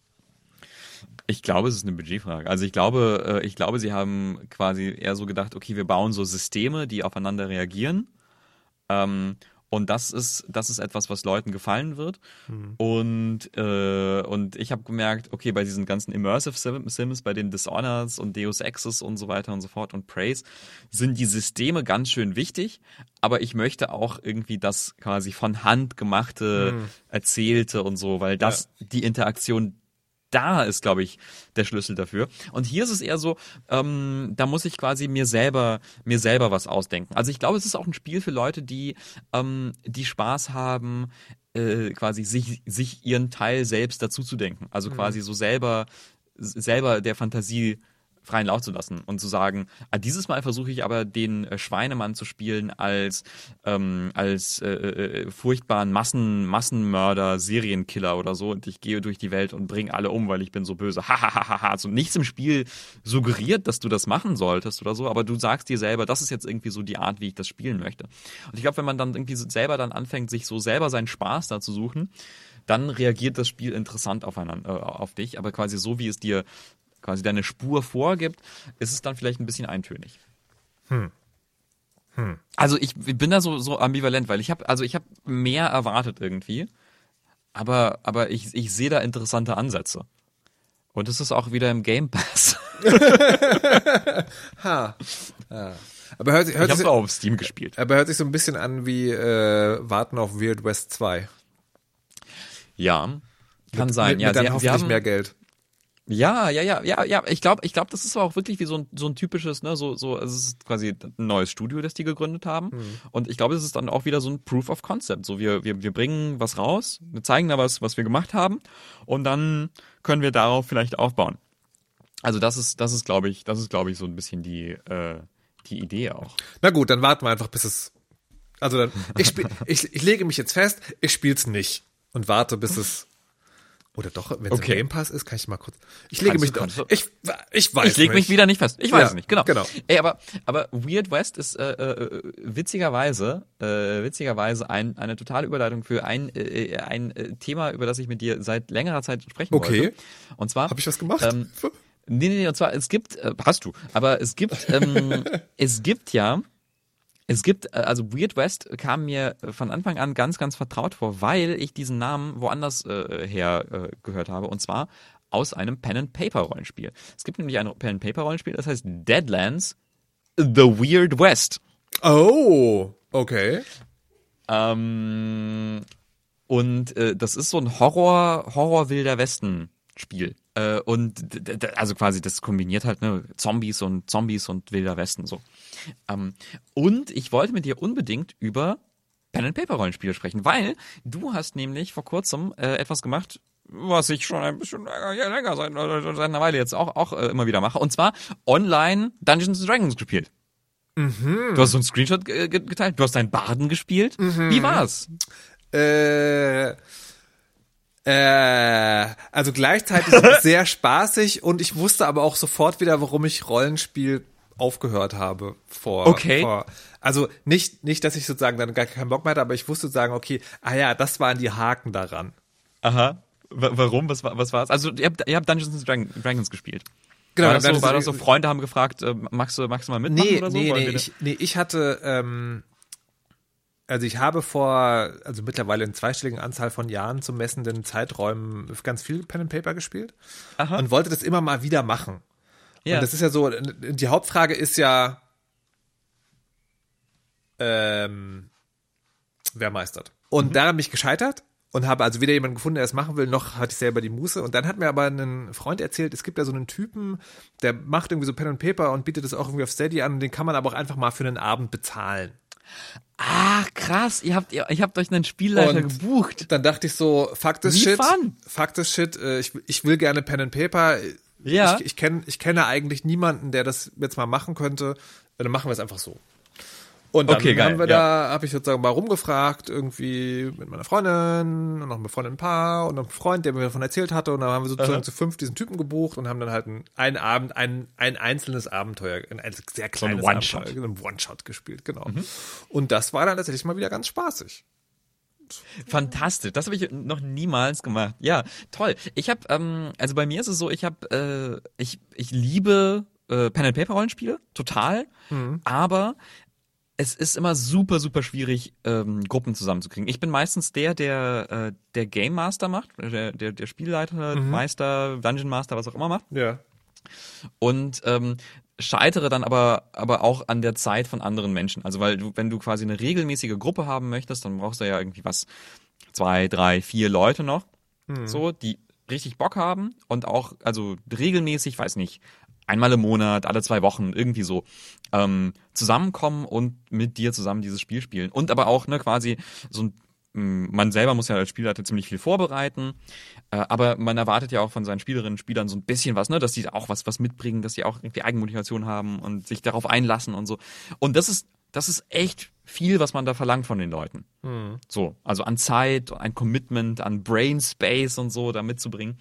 Ich glaube, es ist eine Budgetfrage. Also ich glaube, ich glaube, sie haben quasi eher so gedacht, okay, wir bauen so Systeme, die aufeinander reagieren. Ähm, und das ist, das ist etwas, was Leuten gefallen wird. Mhm. Und, äh, und ich habe gemerkt, okay, bei diesen ganzen Immersive Sims, bei den Dishonors und Deus Exes und so weiter und so fort und Praise, sind die Systeme ganz schön wichtig. Aber ich möchte auch irgendwie das quasi von Hand gemachte, mhm. erzählte und so, weil das ja. die Interaktion da ist, glaube ich, der Schlüssel dafür. Und hier ist es eher so, ähm, da muss ich quasi mir selber, mir selber was ausdenken. Also ich glaube, es ist auch ein Spiel für Leute, die, ähm, die Spaß haben, äh, quasi sich, sich ihren Teil selbst dazu zu denken. Also mhm. quasi so selber, selber der Fantasie freien Lauf zu lassen und zu sagen, ah, dieses Mal versuche ich aber den äh, Schweinemann zu spielen als ähm, als äh, äh, furchtbaren Massen Massenmörder, Serienkiller oder so und ich gehe durch die Welt und bringe alle um, weil ich bin so böse. Hahaha. Also nichts im Spiel suggeriert, dass du das machen solltest oder so, aber du sagst dir selber, das ist jetzt irgendwie so die Art, wie ich das spielen möchte. Und ich glaube, wenn man dann irgendwie selber dann anfängt, sich so selber seinen Spaß da zu suchen, dann reagiert das Spiel interessant aufeinander, äh, auf dich, aber quasi so, wie es dir quasi deine Spur vorgibt, ist es dann vielleicht ein bisschen eintönig. Hm. Hm. Also ich bin da so, so ambivalent, weil ich habe also ich habe mehr erwartet irgendwie, aber aber ich, ich sehe da interessante Ansätze. Und es ist auch wieder im Game Pass. ha. Ja. Aber hört, hört ich habe sich, auch auf Steam gespielt. Aber hört sich so ein bisschen an wie äh, Warten auf Weird West zwei. Ja, kann mit, sein. Mit, ja, mit dann sie, hoffentlich sie haben, mehr Geld. Ja, ja, ja, ja, ja. Ich glaube, ich glaube, das ist aber auch wirklich wie so ein so ein typisches, ne, so so. Es ist quasi ein neues Studio, das die gegründet haben. Mhm. Und ich glaube, es ist dann auch wieder so ein Proof of Concept. So wir wir wir bringen was raus, wir zeigen da was, was wir gemacht haben, und dann können wir darauf vielleicht aufbauen. Also das ist das ist glaube ich, das ist glaube ich so ein bisschen die äh, die Idee auch. Na gut, dann warten wir einfach, bis es. Also dann ich spiel, ich ich lege mich jetzt fest, ich spiel's nicht und warte, bis es. Oder doch, wenn es okay. im Game Pass ist, kann ich mal kurz. Ich lege kannst mich du, doch. Ich, ich weiß Ich lege mich wieder nicht fest. Ich weiß ja, es nicht, genau. genau. Ey, aber, aber Weird West ist äh, äh, witzigerweise, äh, witzigerweise ein, eine totale Überleitung für ein, äh, ein äh, Thema, über das ich mit dir seit längerer Zeit sprechen okay. wollte. Und zwar. Habe ich was gemacht? Ähm, Nee, nee, nee, und zwar, es gibt, äh, hast du, aber es gibt, ähm, es gibt ja, es gibt, äh, also Weird West kam mir von Anfang an ganz, ganz vertraut vor, weil ich diesen Namen woanders äh, her äh, gehört habe, und zwar aus einem Pen-and-Paper-Rollenspiel. Es gibt nämlich ein Pen-and-Paper-Rollenspiel, das heißt Deadlands The Weird West. Oh, okay. Ähm, und äh, das ist so ein Horror, Horror-Wilder Westen-Spiel. Äh, und d- d- also quasi, das kombiniert halt ne, Zombies und Zombies und Wilder Westen so. Ähm, und ich wollte mit dir unbedingt über Pen-and-Paper-Rollenspiele sprechen, weil du hast nämlich vor kurzem äh, etwas gemacht, was ich schon ein bisschen länger, ja, länger seit, seit einer Weile jetzt auch, auch äh, immer wieder mache. Und zwar online Dungeons and Dragons gespielt. Mhm. Du hast so einen Screenshot ge- ge- geteilt, du hast deinen Barden gespielt. Mhm. Wie war's? Äh, äh, also gleichzeitig sehr spaßig und ich wusste aber auch sofort wieder, warum ich Rollenspiel aufgehört habe vor, Okay. vor also nicht, nicht, dass ich sozusagen dann gar keinen Bock mehr hatte, aber ich wusste sozusagen, okay, ah ja, das waren die Haken daran. Aha. W- warum? Was, war- was war's? Also ihr habt, ihr habt Dungeons and Drag- Dragons gespielt. Genau, war das, dann so, war das ist- so, Freunde haben gefragt, äh, magst, du, magst du mal mitmachen Nee, oder so? nee, Wollen nee, wir ich, nee, ich hatte, ähm, also ich habe vor, also mittlerweile in zweistelligen Anzahl von Jahren zu messenden Zeiträumen ganz viel Pen and Paper gespielt Aha. und wollte das immer mal wieder machen. Ja. Und das ist ja so, die Hauptfrage ist ja, ähm, wer meistert? Und Mhm. daran bin ich gescheitert und habe also weder jemanden gefunden, der es machen will, noch hatte ich selber die Muße. Und dann hat mir aber ein Freund erzählt, es gibt ja so einen Typen, der macht irgendwie so Pen and Paper und bietet das auch irgendwie auf Steady an und den kann man aber auch einfach mal für einen Abend bezahlen. Ah, krass, ihr habt, ihr, ihr habt euch einen Spielleiter Und gebucht. Dann dachte ich so, fuck this Wie shit. fun. Fuck this shit. äh, Ich, ich will gerne Pen and Paper. Ja. Ich, ich, kenn, ich kenne eigentlich niemanden, der das jetzt mal machen könnte. Dann machen wir es einfach so. Und dann Okay, geil, haben wir ja. da, habe ich sozusagen mal rumgefragt, irgendwie mit meiner Freundin und noch mit Freundin ein Paar und noch einem Freund, der mir davon erzählt hatte. Und dann haben wir sozusagen Aha. zu fünf diesen Typen gebucht und haben dann halt einen, einen Abend, ein, ein einzelnes Abenteuer, ein, ein sehr kleines One-Shot. Abenteuer, ein One-Shot gespielt, genau. Und das war dann tatsächlich mal wieder ganz spaßig. Fantastisch, das habe ich noch niemals gemacht. Ja, toll. Ich habe, ähm, also bei mir ist es so, ich habe, äh, ich, ich liebe äh, Pen and Paper Rollenspiele, total. Aber es ist immer super, super schwierig, ähm, Gruppen zusammenzukriegen. Ich bin meistens der, der äh, der Game Master macht, der der, der Spielleiter, Meister, Dungeon Master, was auch immer macht. Ja. Und ähm, scheitere dann aber aber auch an der Zeit von anderen Menschen. Also weil du, wenn du quasi eine regelmäßige Gruppe haben möchtest, dann brauchst du ja irgendwie was, zwei, drei, vier Leute noch, so, die richtig Bock haben und auch, also regelmäßig, weiß nicht, einmal im Monat, alle zwei Wochen, irgendwie so, ähm, zusammenkommen und mit dir zusammen dieses Spiel spielen. Und aber auch, ne, quasi so ein, m, man selber muss ja als Spielleiter ziemlich viel vorbereiten, äh, aber man erwartet ja auch von seinen Spielerinnen und Spielern so ein bisschen was, ne, dass die auch was, was mitbringen, dass die auch irgendwie Eigenmotivation haben und sich darauf einlassen und so. Und das ist, das ist echt viel, was man da verlangt von den Leuten. So, also an Zeit, ein Commitment, an Brain Space und so da mitzubringen.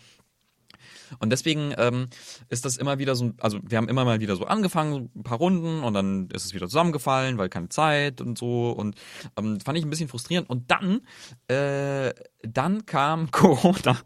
Und deswegen ähm, ist das immer wieder so, also wir haben immer mal wieder so angefangen, so ein paar Runden und dann ist es wieder zusammengefallen, weil keine Zeit und so und ähm, fand ich ein bisschen frustrierend. Und dann, äh, dann kam Corona.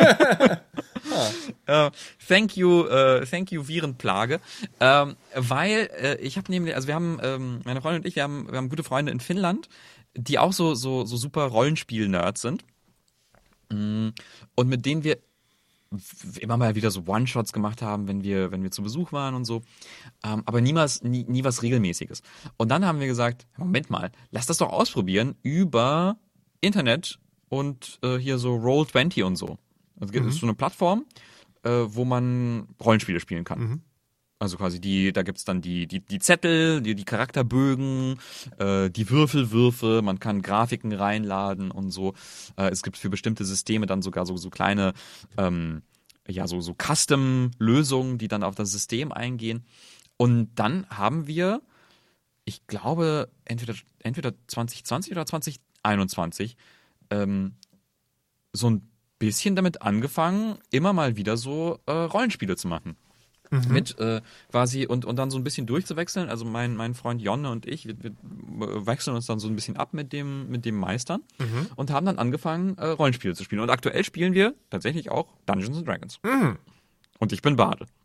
äh, thank you, äh, thank you Virenplage, ähm, weil äh, ich habe nämlich, also wir haben, ähm, meine Freundin und ich, wir haben, wir haben gute Freunde in Finnland, die auch so so so super Rollenspiel-Nerds sind mm, und mit denen wir immer mal wieder so One-Shots gemacht haben, wenn wir, wenn wir zu Besuch waren und so. Ähm, aber niemals, nie, nie was Regelmäßiges. Und dann haben wir gesagt, Moment mal, lass das doch ausprobieren über Internet und äh, hier so Roll zwanzig und so. Also gibt es so eine Plattform, äh, wo man Rollenspiele spielen kann. Also quasi die, da gibt's dann die, die, die Zettel, die, die Charakterbögen, äh, die Würfelwürfe, man kann Grafiken reinladen und so. Äh, es gibt für bestimmte Systeme dann sogar so, so kleine, ähm, ja, so, so Custom-Lösungen, die dann auf das System eingehen. Und dann haben wir, ich glaube, entweder, entweder zwanzig zwanzig oder zwanzig einundzwanzig, ähm, so ein bisschen damit angefangen, immer mal wieder so äh, Rollenspiele zu machen. Mhm. Mit äh, quasi und, und dann so ein bisschen durchzuwechseln. Also mein, mein Freund Jonne und ich, wir, wir wechseln uns dann so ein bisschen ab mit dem, mit dem Meistern mhm. und haben dann angefangen, äh, Rollenspiele zu spielen. Und aktuell spielen wir tatsächlich auch Dungeons and Dragons. Mhm. Und ich bin Bade.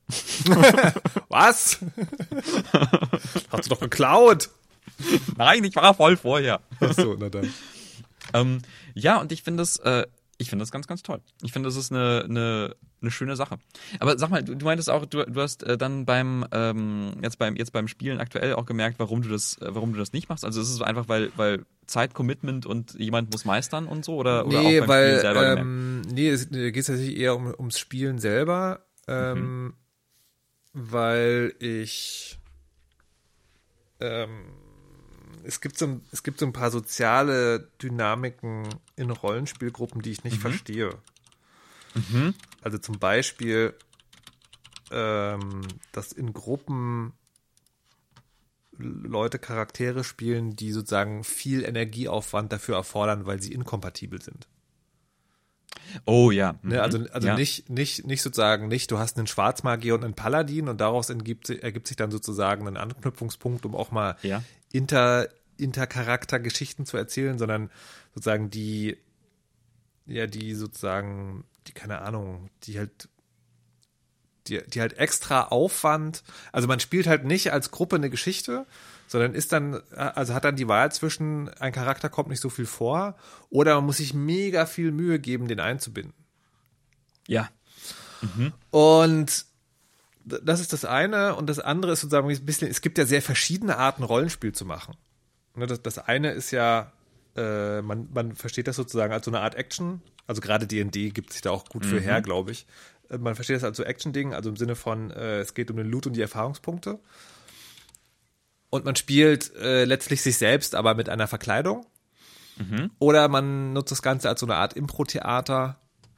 Was? Hast du doch geklaut. Nein, ich war voll vorher. Achso, na dann. Ähm, ja, und ich finde das, äh, ich finde das ganz, ganz toll. Ich finde, das ist eine, eine, eine schöne Sache. Aber sag mal, du, du meintest auch, du, du hast äh, dann beim, ähm, jetzt beim, jetzt beim Spielen aktuell auch gemerkt, warum du das, äh, warum du das nicht machst. Also ist es einfach, weil, weil Zeit-Commitment und jemand muss meistern und so, oder, oder Nee, auch beim weil, Spielen selber gemerkt? ähm, nee, es geht es tatsächlich eher um, ums Spielen selber, ähm, Mhm. weil ich, ähm, es gibt so, ein- es gibt so ein paar soziale Dynamiken in Rollenspielgruppen, die ich nicht Mhm. verstehe. Mhm. Also zum Beispiel, ähm, dass in Gruppen Leute Charaktere spielen, die sozusagen viel Energieaufwand dafür erfordern, weil sie inkompatibel sind. Oh ja. Mhm. Ne, also also ja. nicht, nicht, nicht sozusagen nicht, du hast einen Schwarzmagier und einen Paladin und daraus ergibt, ergibt sich dann sozusagen ein Anknüpfungspunkt, um auch mal Ja. inter, Intercharaktergeschichten zu erzählen, sondern sozusagen die, ja, die sozusagen, die, keine Ahnung, die halt, die, die halt extra Aufwand, also man spielt halt nicht als Gruppe eine Geschichte, sondern ist dann, also hat dann die Wahl zwischen, ein Charakter kommt nicht so viel vor, oder man muss sich mega viel Mühe geben, den einzubinden. Ja. Und d- das ist das eine. Und das andere ist sozusagen ein bisschen, es gibt ja sehr verschiedene Arten, Rollenspiel zu machen. Ne, Das, das eine ist ja, äh, man, man versteht das sozusagen als so eine Art Action. Also gerade D und D gibt sich da auch gut für her, glaube ich. Äh, Man versteht das als so Action-Ding, also im Sinne von, äh, es geht um den Loot und die Erfahrungspunkte. Und man spielt äh, letztlich sich selbst, aber mit einer Verkleidung. Oder man nutzt das Ganze als so eine Art Impro-Theater.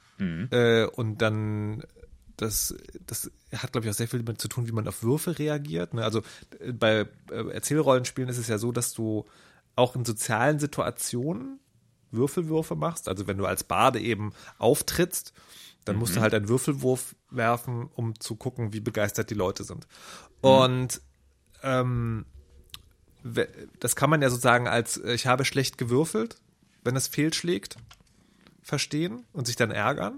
Äh, und dann, das, das hat, glaube ich, auch sehr viel damit zu tun, wie man auf Würfe reagiert. Ne? Also äh, bei äh, Erzählrollenspielen ist es ja so, dass du auch in sozialen Situationen Würfelwürfe machst. Also wenn du als Bade eben auftrittst, dann musst du halt einen Würfelwurf werfen, um zu gucken, wie begeistert die Leute sind. Und ähm, we- das kann man ja sozusagen als, äh, ich habe schlecht gewürfelt, wenn es fehlschlägt, verstehen und sich dann ärgern.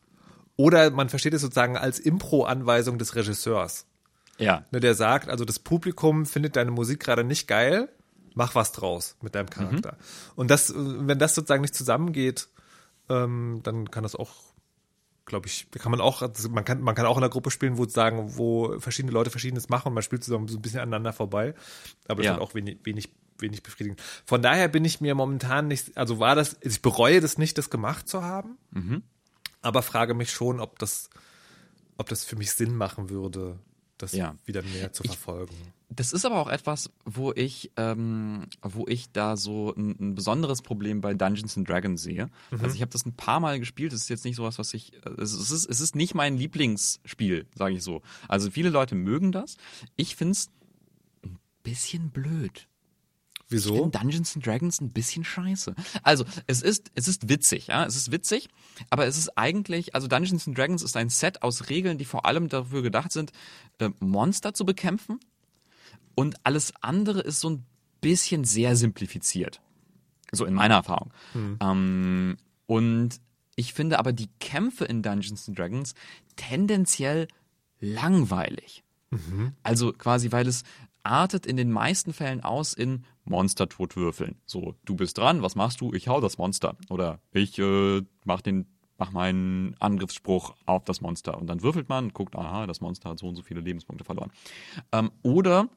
Oder man versteht es sozusagen als Impro-Anweisung des Regisseurs. Ja. Ne, der sagt, also das Publikum findet deine Musik gerade nicht geil, mach was draus mit deinem Charakter. Und das, äh, wenn das sozusagen nicht zusammengeht, ähm, dann kann das auch, glaube ich, kann man auch, also man kann, man kann auch in einer Gruppe spielen, wo sozusagen, wo verschiedene Leute Verschiedenes machen und man spielt zusammen so ein bisschen aneinander vorbei. Aber das Ja. ist halt auch wenig, wenig, wenig befriedigend. Von daher bin ich mir momentan nicht, also war das, ich bereue das nicht, das gemacht zu haben, aber frage mich schon, ob das, ob das für mich Sinn machen würde, das Ja. wieder mehr zu Ich- verfolgen. Das ist aber auch etwas, wo ich, ähm, wo ich da so ein, ein besonderes Problem bei Dungeons and Dragons sehe. Also ich habe das ein paar Mal gespielt. Es ist jetzt nicht sowas, was ich, äh, es ist, es ist nicht mein Lieblingsspiel, sage ich so. Also viele Leute mögen das. Ich find's ein bisschen blöd. Ich Wieso? finde Dungeons and Dragons ein bisschen scheiße. Also, es ist, es ist witzig, ja, es ist witzig, aber es ist eigentlich, also Dungeons and Dragons ist ein Set aus Regeln, die vor allem dafür gedacht sind, äh, Monster zu bekämpfen, und alles andere ist so ein bisschen sehr simplifiziert. So in meiner Erfahrung. Ähm, und ich finde aber die Kämpfe in Dungeons and Dragons tendenziell langweilig. Also quasi, weil es artet in den meisten Fällen aus in Monster totwürfeln. So, du bist dran, was machst du? Ich hau das Monster. Oder ich äh, mach den, mach meinen Angriffsspruch auf das Monster. Und dann würfelt man, guckt, aha, das Monster hat so und so viele Lebenspunkte verloren. Ähm, oder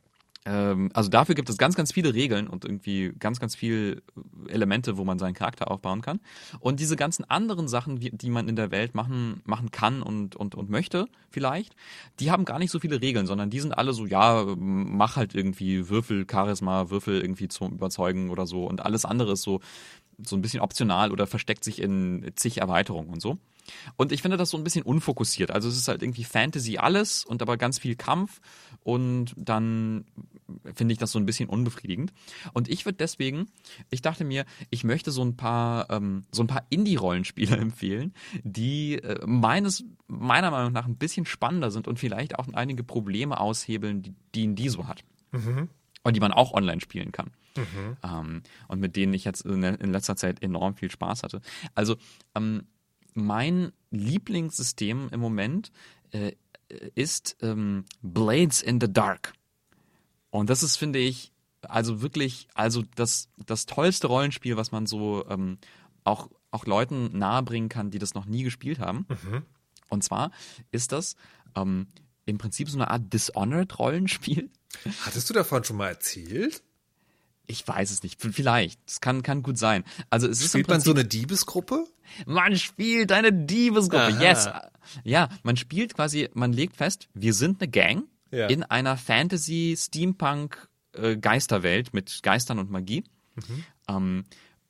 ähm, also dafür gibt es ganz, ganz viele Regeln und irgendwie ganz, ganz viele Elemente, wo man seinen Charakter aufbauen kann. Und diese ganzen anderen Sachen, wie, die man in der Welt machen, machen kann und, und, und möchte vielleicht, die haben gar nicht so viele Regeln, sondern die sind alle so, ja, mach halt irgendwie Würfel, Charisma, Würfel irgendwie zum Überzeugen oder so. Und alles andere ist so, so ein bisschen optional oder versteckt sich in zig Erweiterungen und so. Und ich finde das so ein bisschen unfokussiert. Also es ist halt irgendwie Fantasy alles und aber ganz viel Kampf und dann finde ich das so ein bisschen unbefriedigend. Und ich würde deswegen, ich dachte mir, ich möchte so ein paar, ähm, so ein paar Indie-Rollenspiele empfehlen, die äh, meines, meiner Meinung nach ein bisschen spannender sind und vielleicht auch einige Probleme aushebeln, die, die ein die so hat. Und die man auch online spielen kann. Ähm, und mit denen ich jetzt in, in letzter Zeit enorm viel Spaß hatte. Also, ähm, mein Lieblingssystem im Moment äh, ist ähm, Blades in the Dark. Und das ist, finde ich, also wirklich, also das, das tollste Rollenspiel, was man so ähm, auch, auch Leuten nahebringen kann, die das noch nie gespielt haben. Mhm. Und zwar ist das ähm, im Prinzip so eine Art Dishonored-Rollenspiel. Hattest du davon schon mal erzählt? Ich weiß es nicht, vielleicht. Es kann, kann gut sein. Also es ist Spielt im Prinzip, man so eine Diebesgruppe? Man spielt eine Diebesgruppe, Aha. yes. Ja, man spielt quasi, man legt fest, wir sind eine Gang Ja. in einer Fantasy-Steampunk-Geisterwelt mit Geistern und Magie. Mhm. Ähm,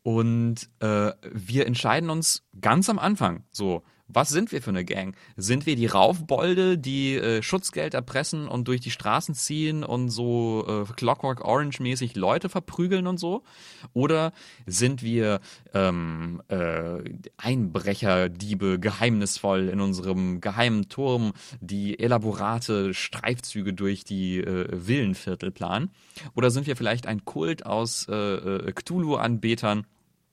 und äh, wir entscheiden uns ganz am Anfang so, was sind wir für eine Gang? Sind wir die Raufbolde, die äh, Schutzgeld erpressen und durch die Straßen ziehen und so äh, Clockwork Orange-mäßig Leute verprügeln und so? Oder sind wir ähm, äh, Einbrecher, Diebe, geheimnisvoll in unserem geheimen Turm, die elaborate Streifzüge durch die äh, Villenviertel planen? Oder sind wir vielleicht ein Kult aus äh, äh, Cthulhu-Anbetern,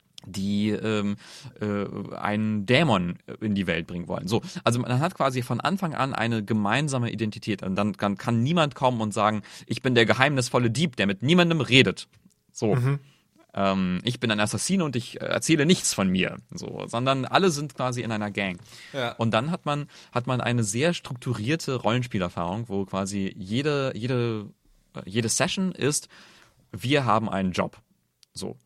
die ähm, äh, einen Dämon in die Welt bringen wollen. So, also man hat quasi von Anfang an eine gemeinsame Identität und dann kann, kann niemand kommen und sagen, ich bin der geheimnisvolle Dieb, der mit niemandem redet. So, mhm. ähm, ich bin ein Assassine und ich erzähle nichts von mir. So, sondern alle sind quasi in einer Gang. Ja. Und dann hat man hat man eine sehr strukturierte Rollenspielerfahrung, wo quasi jede jede jede Session ist, wir haben einen Job. So.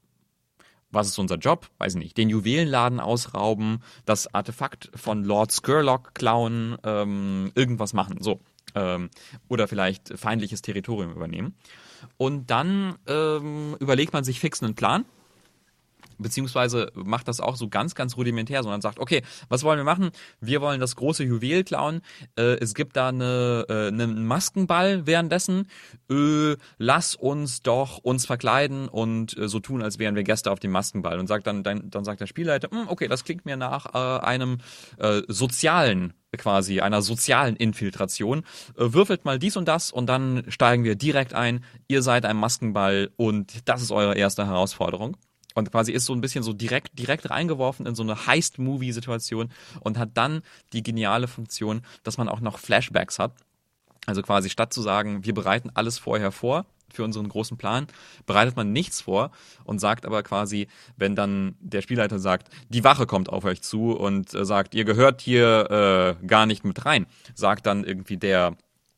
Was ist unser Job? Weiß ich nicht. Den Juwelenladen ausrauben, das Artefakt von Lord Skurlock klauen, ähm, irgendwas machen. So. Ähm, oder vielleicht feindliches Territorium übernehmen. Und dann ähm, überlegt man sich fix einen Plan. Beziehungsweise macht das auch so ganz, ganz rudimentär, sondern sagt, okay, was wollen wir machen? Wir wollen das große Juwel klauen. Äh, es gibt da eine, äh, einen Maskenball währenddessen. Äh, lass uns doch uns verkleiden und äh, so tun, als wären wir Gäste auf dem Maskenball. Und sagt dann, dann, dann sagt der Spielleiter, okay, das klingt mir nach äh, einem äh, sozialen quasi einer sozialen Infiltration. Äh, würfelt mal dies und das und dann steigen wir direkt ein. Ihr seid ein Maskenball und das ist eure erste Herausforderung. Und quasi ist so ein bisschen so direkt direkt reingeworfen in so eine Heist-Movie-Situation und hat dann die geniale Funktion, dass man auch noch Flashbacks hat. Also quasi statt zu sagen, wir bereiten alles vorher vor für unseren großen Plan, bereitet man nichts vor und sagt aber quasi, wenn dann der Spielleiter sagt, die Wache kommt auf euch zu und äh, sagt, ihr gehört hier äh, gar nicht mit rein, sagt dann irgendwie der,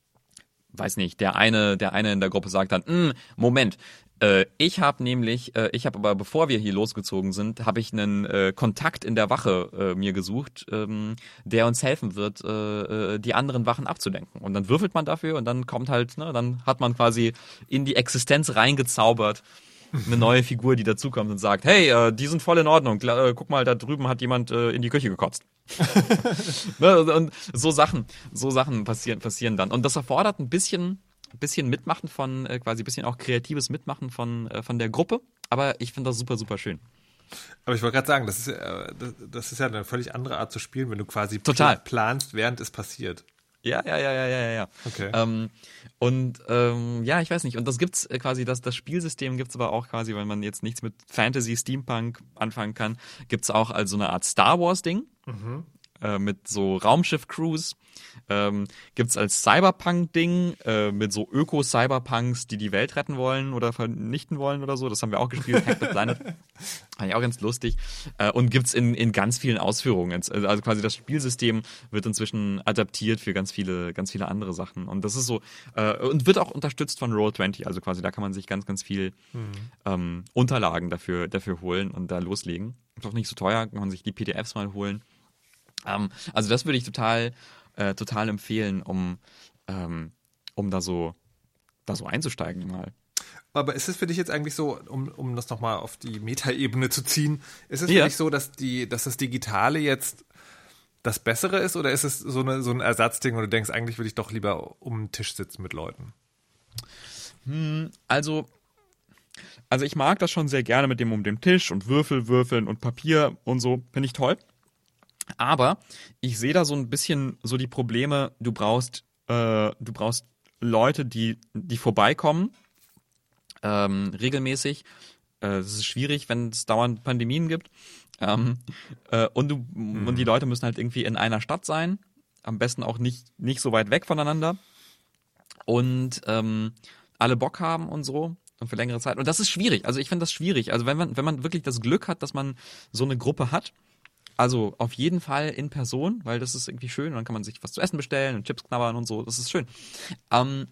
weiß nicht, der eine, der eine in der Gruppe sagt dann, Moment, Äh, ich habe nämlich, äh, ich habe aber, bevor wir hier losgezogen sind, habe ich einen äh, Kontakt in der Wache äh, mir gesucht, ähm, der uns helfen wird, äh, äh, die anderen Wachen abzulenken. Und dann würfelt man dafür und dann kommt halt, ne, dann hat man quasi in die Existenz reingezaubert eine neue Figur, die dazukommt und sagt, hey, äh, die sind voll in Ordnung, Kla- äh, guck mal, da drüben hat jemand äh, in die Küche gekotzt. Ne, und so Sachen, so Sachen passieren, passieren dann. Und das erfordert ein bisschen bisschen Mitmachen von, äh, quasi ein bisschen auch kreatives Mitmachen von, äh, von der Gruppe. Aber ich finde das super, super schön. Aber ich wollte gerade sagen, das ist, äh, das, das ist ja eine völlig andere Art zu spielen, wenn du quasi Total. planst, während es passiert. Ja, ja, ja, ja, ja, ja. Okay. Ähm, und ähm, ja, ich weiß nicht. Und das gibt's äh, quasi, das, das Spielsystem gibt's aber auch quasi, wenn man jetzt nichts mit Fantasy, Steampunk anfangen kann, gibt's auch als so eine Art Star Wars-Ding. Mhm. Mit so Raumschiff-Crews, ähm, gibt's als Cyberpunk-Ding äh, mit so Öko-Cyberpunks, die die Welt retten wollen oder vernichten wollen oder so. Das haben wir auch gespielt, Hack the Planet. Fand ich auch ganz lustig. Äh, und gibt's in, in ganz vielen Ausführungen. Also quasi das Spielsystem wird inzwischen adaptiert für ganz viele, ganz viele andere Sachen. Und das ist so, äh, und wird auch unterstützt von Roll zwanzig. Also quasi da kann man sich ganz, ganz viel mhm. ähm, Unterlagen dafür, dafür holen und da loslegen. Ist auch nicht so teuer, kann man sich die P D Fs mal holen. Um, also das würde ich total, äh, total empfehlen, um, ähm, um da so, da so einzusteigen mal. Aber ist es für dich jetzt eigentlich so, um, um das nochmal auf die Metaebene zu ziehen, ist es ja. für dich so, dass die, dass das Digitale jetzt das Bessere ist oder ist es so, eine, so ein Ersatzding und du denkst, eigentlich würde ich doch lieber um den Tisch sitzen mit Leuten? Hm, also, also ich mag das schon sehr gerne mit dem um den Tisch und Würfel, Würfeln und Papier und so, finde ich toll. Aber ich sehe da so ein bisschen so die Probleme, du brauchst, äh, du brauchst Leute, die, die vorbeikommen, ähm, regelmäßig. Äh, es ist schwierig, wenn es dauernd Pandemien gibt. Ähm, äh, und, du, mhm. und die Leute müssen halt irgendwie in einer Stadt sein. am besten auch nicht, nicht so weit weg voneinander und ähm, alle Bock haben und so und für längere Zeit. Und das ist schwierig. Also ich finde das schwierig. Also wenn man, wenn man wirklich das Glück hat, dass man so eine Gruppe hat, also auf jeden Fall in Person, weil das ist irgendwie schön und dann kann man sich was zu essen bestellen und Chips knabbern und so, das ist schön. Ähm,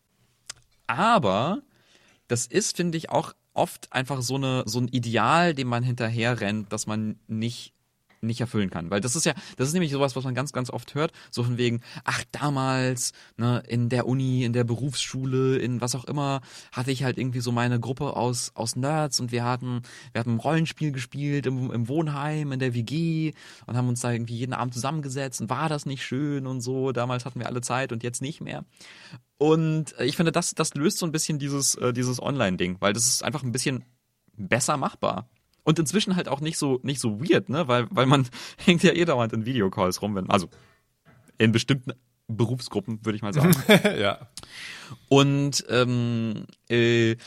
aber das ist, finde ich, auch oft einfach so eine so ein Ideal, dem man hinterher rennt, dass man nicht nicht erfüllen kann, weil das ist ja, das ist nämlich sowas, was man ganz, ganz oft hört, so von wegen, ach damals, ne, in der Uni, in der Berufsschule, in was auch immer, hatte ich halt irgendwie so meine Gruppe aus aus Nerds und wir hatten, wir hatten ein Rollenspiel gespielt im, im Wohnheim, in der W G und haben uns da irgendwie jeden Abend zusammengesetzt und war das nicht schön und so, damals hatten wir alle Zeit und jetzt nicht mehr. Und ich finde, das, das löst so ein bisschen dieses, äh, dieses Online-Ding, weil das ist einfach ein bisschen besser machbar. Und inzwischen halt auch nicht so nicht so weird, ne, weil weil man hängt ja eh dauernd in Videocalls rum, wenn, also in bestimmten Berufsgruppen, würde ich mal sagen. Ja. Und ähm, äh,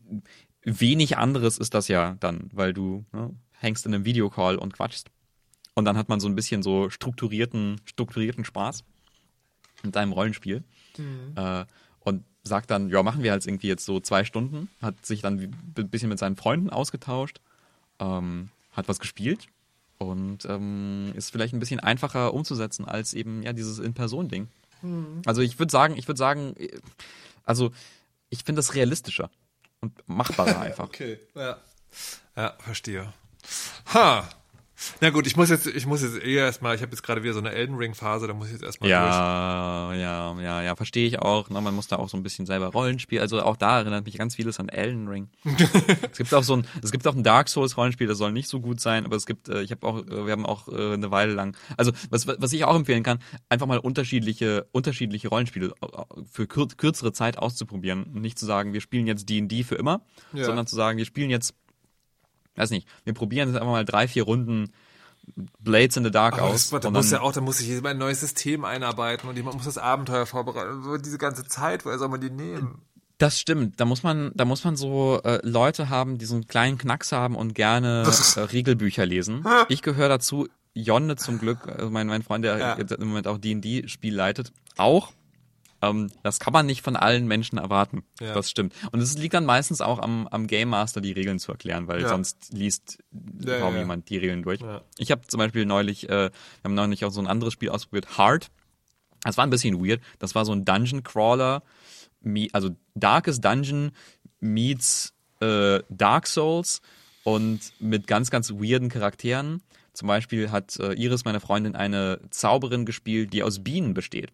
wenig anderes ist das ja dann, weil du ne, hängst in einem Videocall und quatschst. Und dann hat man so ein bisschen so strukturierten strukturierten Spaß mit deinem Rollenspiel. Mhm. Äh, und sagt dann, ja, machen wir halt irgendwie jetzt so zwei Stunden, hat sich dann ein bisschen mit seinen Freunden ausgetauscht. Ähm, hat was gespielt und ähm, ist vielleicht ein bisschen einfacher umzusetzen als eben ja dieses In-Person-Ding. Mhm. Also ich würde sagen, ich würde sagen, also ich finde das realistischer und machbarer einfach. Okay, ja. Ja, verstehe. Ha! Na gut, ich muss jetzt, ich muss jetzt eher erstmal, ich habe jetzt gerade wieder so eine Elden Ring Phase, da muss ich jetzt erstmal ja, durch. Ja, ja, ja, verstehe ich auch. Na, man muss da auch so ein bisschen selber Rollenspiel, also auch da erinnert mich ganz vieles an Elden Ring. Es gibt auch so ein, es gibt auch ein Dark Souls Rollenspiel, das soll nicht so gut sein, aber es gibt, äh, ich habe auch, äh, wir haben auch äh, eine Weile lang, also was, was ich auch empfehlen kann, einfach mal unterschiedliche, unterschiedliche Rollenspiele für kür- kürzere Zeit auszuprobieren und nicht zu sagen, wir spielen jetzt D und D für immer, ja. sondern zu sagen, wir spielen jetzt weiß nicht, wir probieren jetzt einfach mal drei, vier Runden Blades in the Dark aber aus. Das, da muss ja auch, da muss sich jemand ein neues System einarbeiten und jemand muss das Abenteuer vorbereiten. So diese ganze Zeit, woher soll man die nehmen? Das stimmt. Da muss man, da muss man so äh, Leute haben, die so einen kleinen Knacks haben und gerne äh, Regelbücher lesen. Ich gehöre dazu. Jonne zum Glück, also mein, mein Freund, der ja. im Moment auch D und D-Spiel leitet, auch. Ähm, das kann man nicht von allen Menschen erwarten. Ja. Das stimmt. Und es liegt dann meistens auch am, am Game Master, die Regeln zu erklären, weil ja. sonst liest ja, kaum ja. jemand die Regeln durch. Ja. Ich habe zum Beispiel neulich, äh, wir haben neulich auch so ein anderes Spiel ausprobiert, Hard. Das war ein bisschen weird. Das war so ein Dungeon Crawler, also Darkest Dungeon meets äh, Dark Souls und mit ganz, ganz weirden Charakteren. Zum Beispiel hat äh, Iris, meine Freundin, eine Zauberin gespielt, die aus Bienen besteht.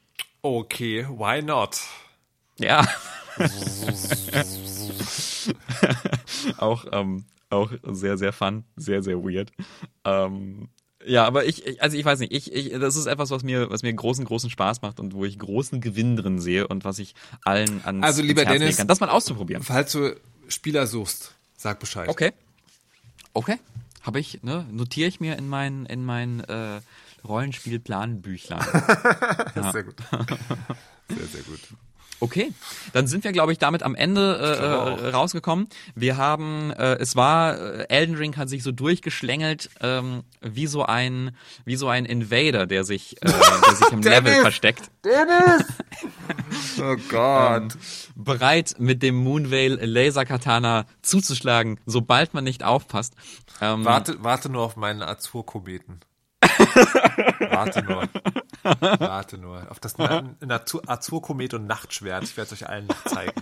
Okay, why not? Ja. auch, ähm, auch sehr, sehr fun, sehr, sehr weird. Ähm, ja, aber ich, ich, also ich weiß nicht, ich, ich, das ist etwas, was mir, was mir großen, großen Spaß macht und wo ich großen Gewinn drin sehe und was ich allen ans, also, lieber ans Herz Dennis, legen kann, das mal auszuprobieren. Falls du Spieler suchst, sag Bescheid. Okay. Okay. Habe ich, ne, notiere ich mir in mein, in mein, äh, Rollenspielplanbüchlein. Ja. Sehr gut. Sehr, sehr gut. Okay, dann sind wir, glaube ich, damit am Ende äh, rausgekommen. Wir haben, äh, es war, äh, Elden Ring hat sich so durchgeschlängelt ähm, wie so ein, wie so ein Invader, der sich, äh, der sich im Level versteckt. Dennis! Oh Gott. Ähm, bereit, mit dem Moonveil Laser Katana zuzuschlagen, sobald man nicht aufpasst. Ähm, warte, warte nur auf meinen Azur-Kometen. Warte nur. Warte nur. Auf das Azur-Komet und Nachtschwert. Ich werde es euch allen noch zeigen.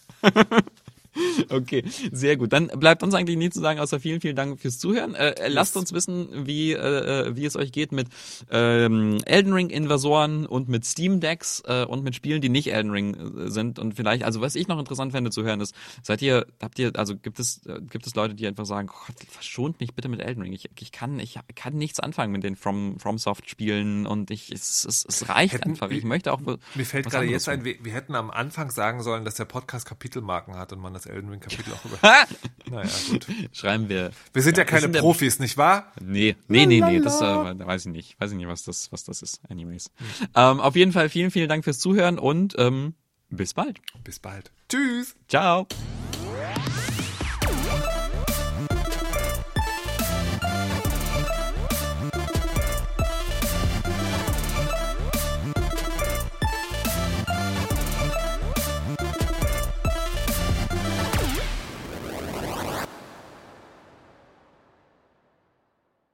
Okay, sehr gut. Dann bleibt uns eigentlich nie zu sagen, außer vielen, vielen Dank fürs Zuhören. Äh, lasst uns wissen, wie äh, wie es euch geht mit ähm, Elden Ring Invasoren und mit Steam Decks äh, und mit Spielen, die nicht Elden Ring äh, sind. Und vielleicht, also was ich noch interessant fände zu hören ist, seid ihr, habt ihr, also gibt es äh, gibt es Leute, die einfach sagen, Gott, verschont mich bitte mit Elden Ring. Ich, ich kann ich kann nichts anfangen mit den From FromSoft Spielen und ich es es, es reicht hätten, einfach. Ich möchte auch. Mir fällt gerade jetzt ein, wir, wir hätten am Anfang sagen sollen, dass der Podcast Kapitelmarken hat und man das Elden Ring Kapitel auch über. Naja, gut. Schreiben wir. Wir sind ja, ja keine Profis, nicht wahr? Nee, nee, nee, nee, das äh, weiß ich nicht. Weiß ich nicht, was das, was das ist. Anyways. Mhm. Ähm, auf jeden Fall vielen, vielen Dank fürs Zuhören und ähm, bis bald. Bis bald. Tschüss. Ciao.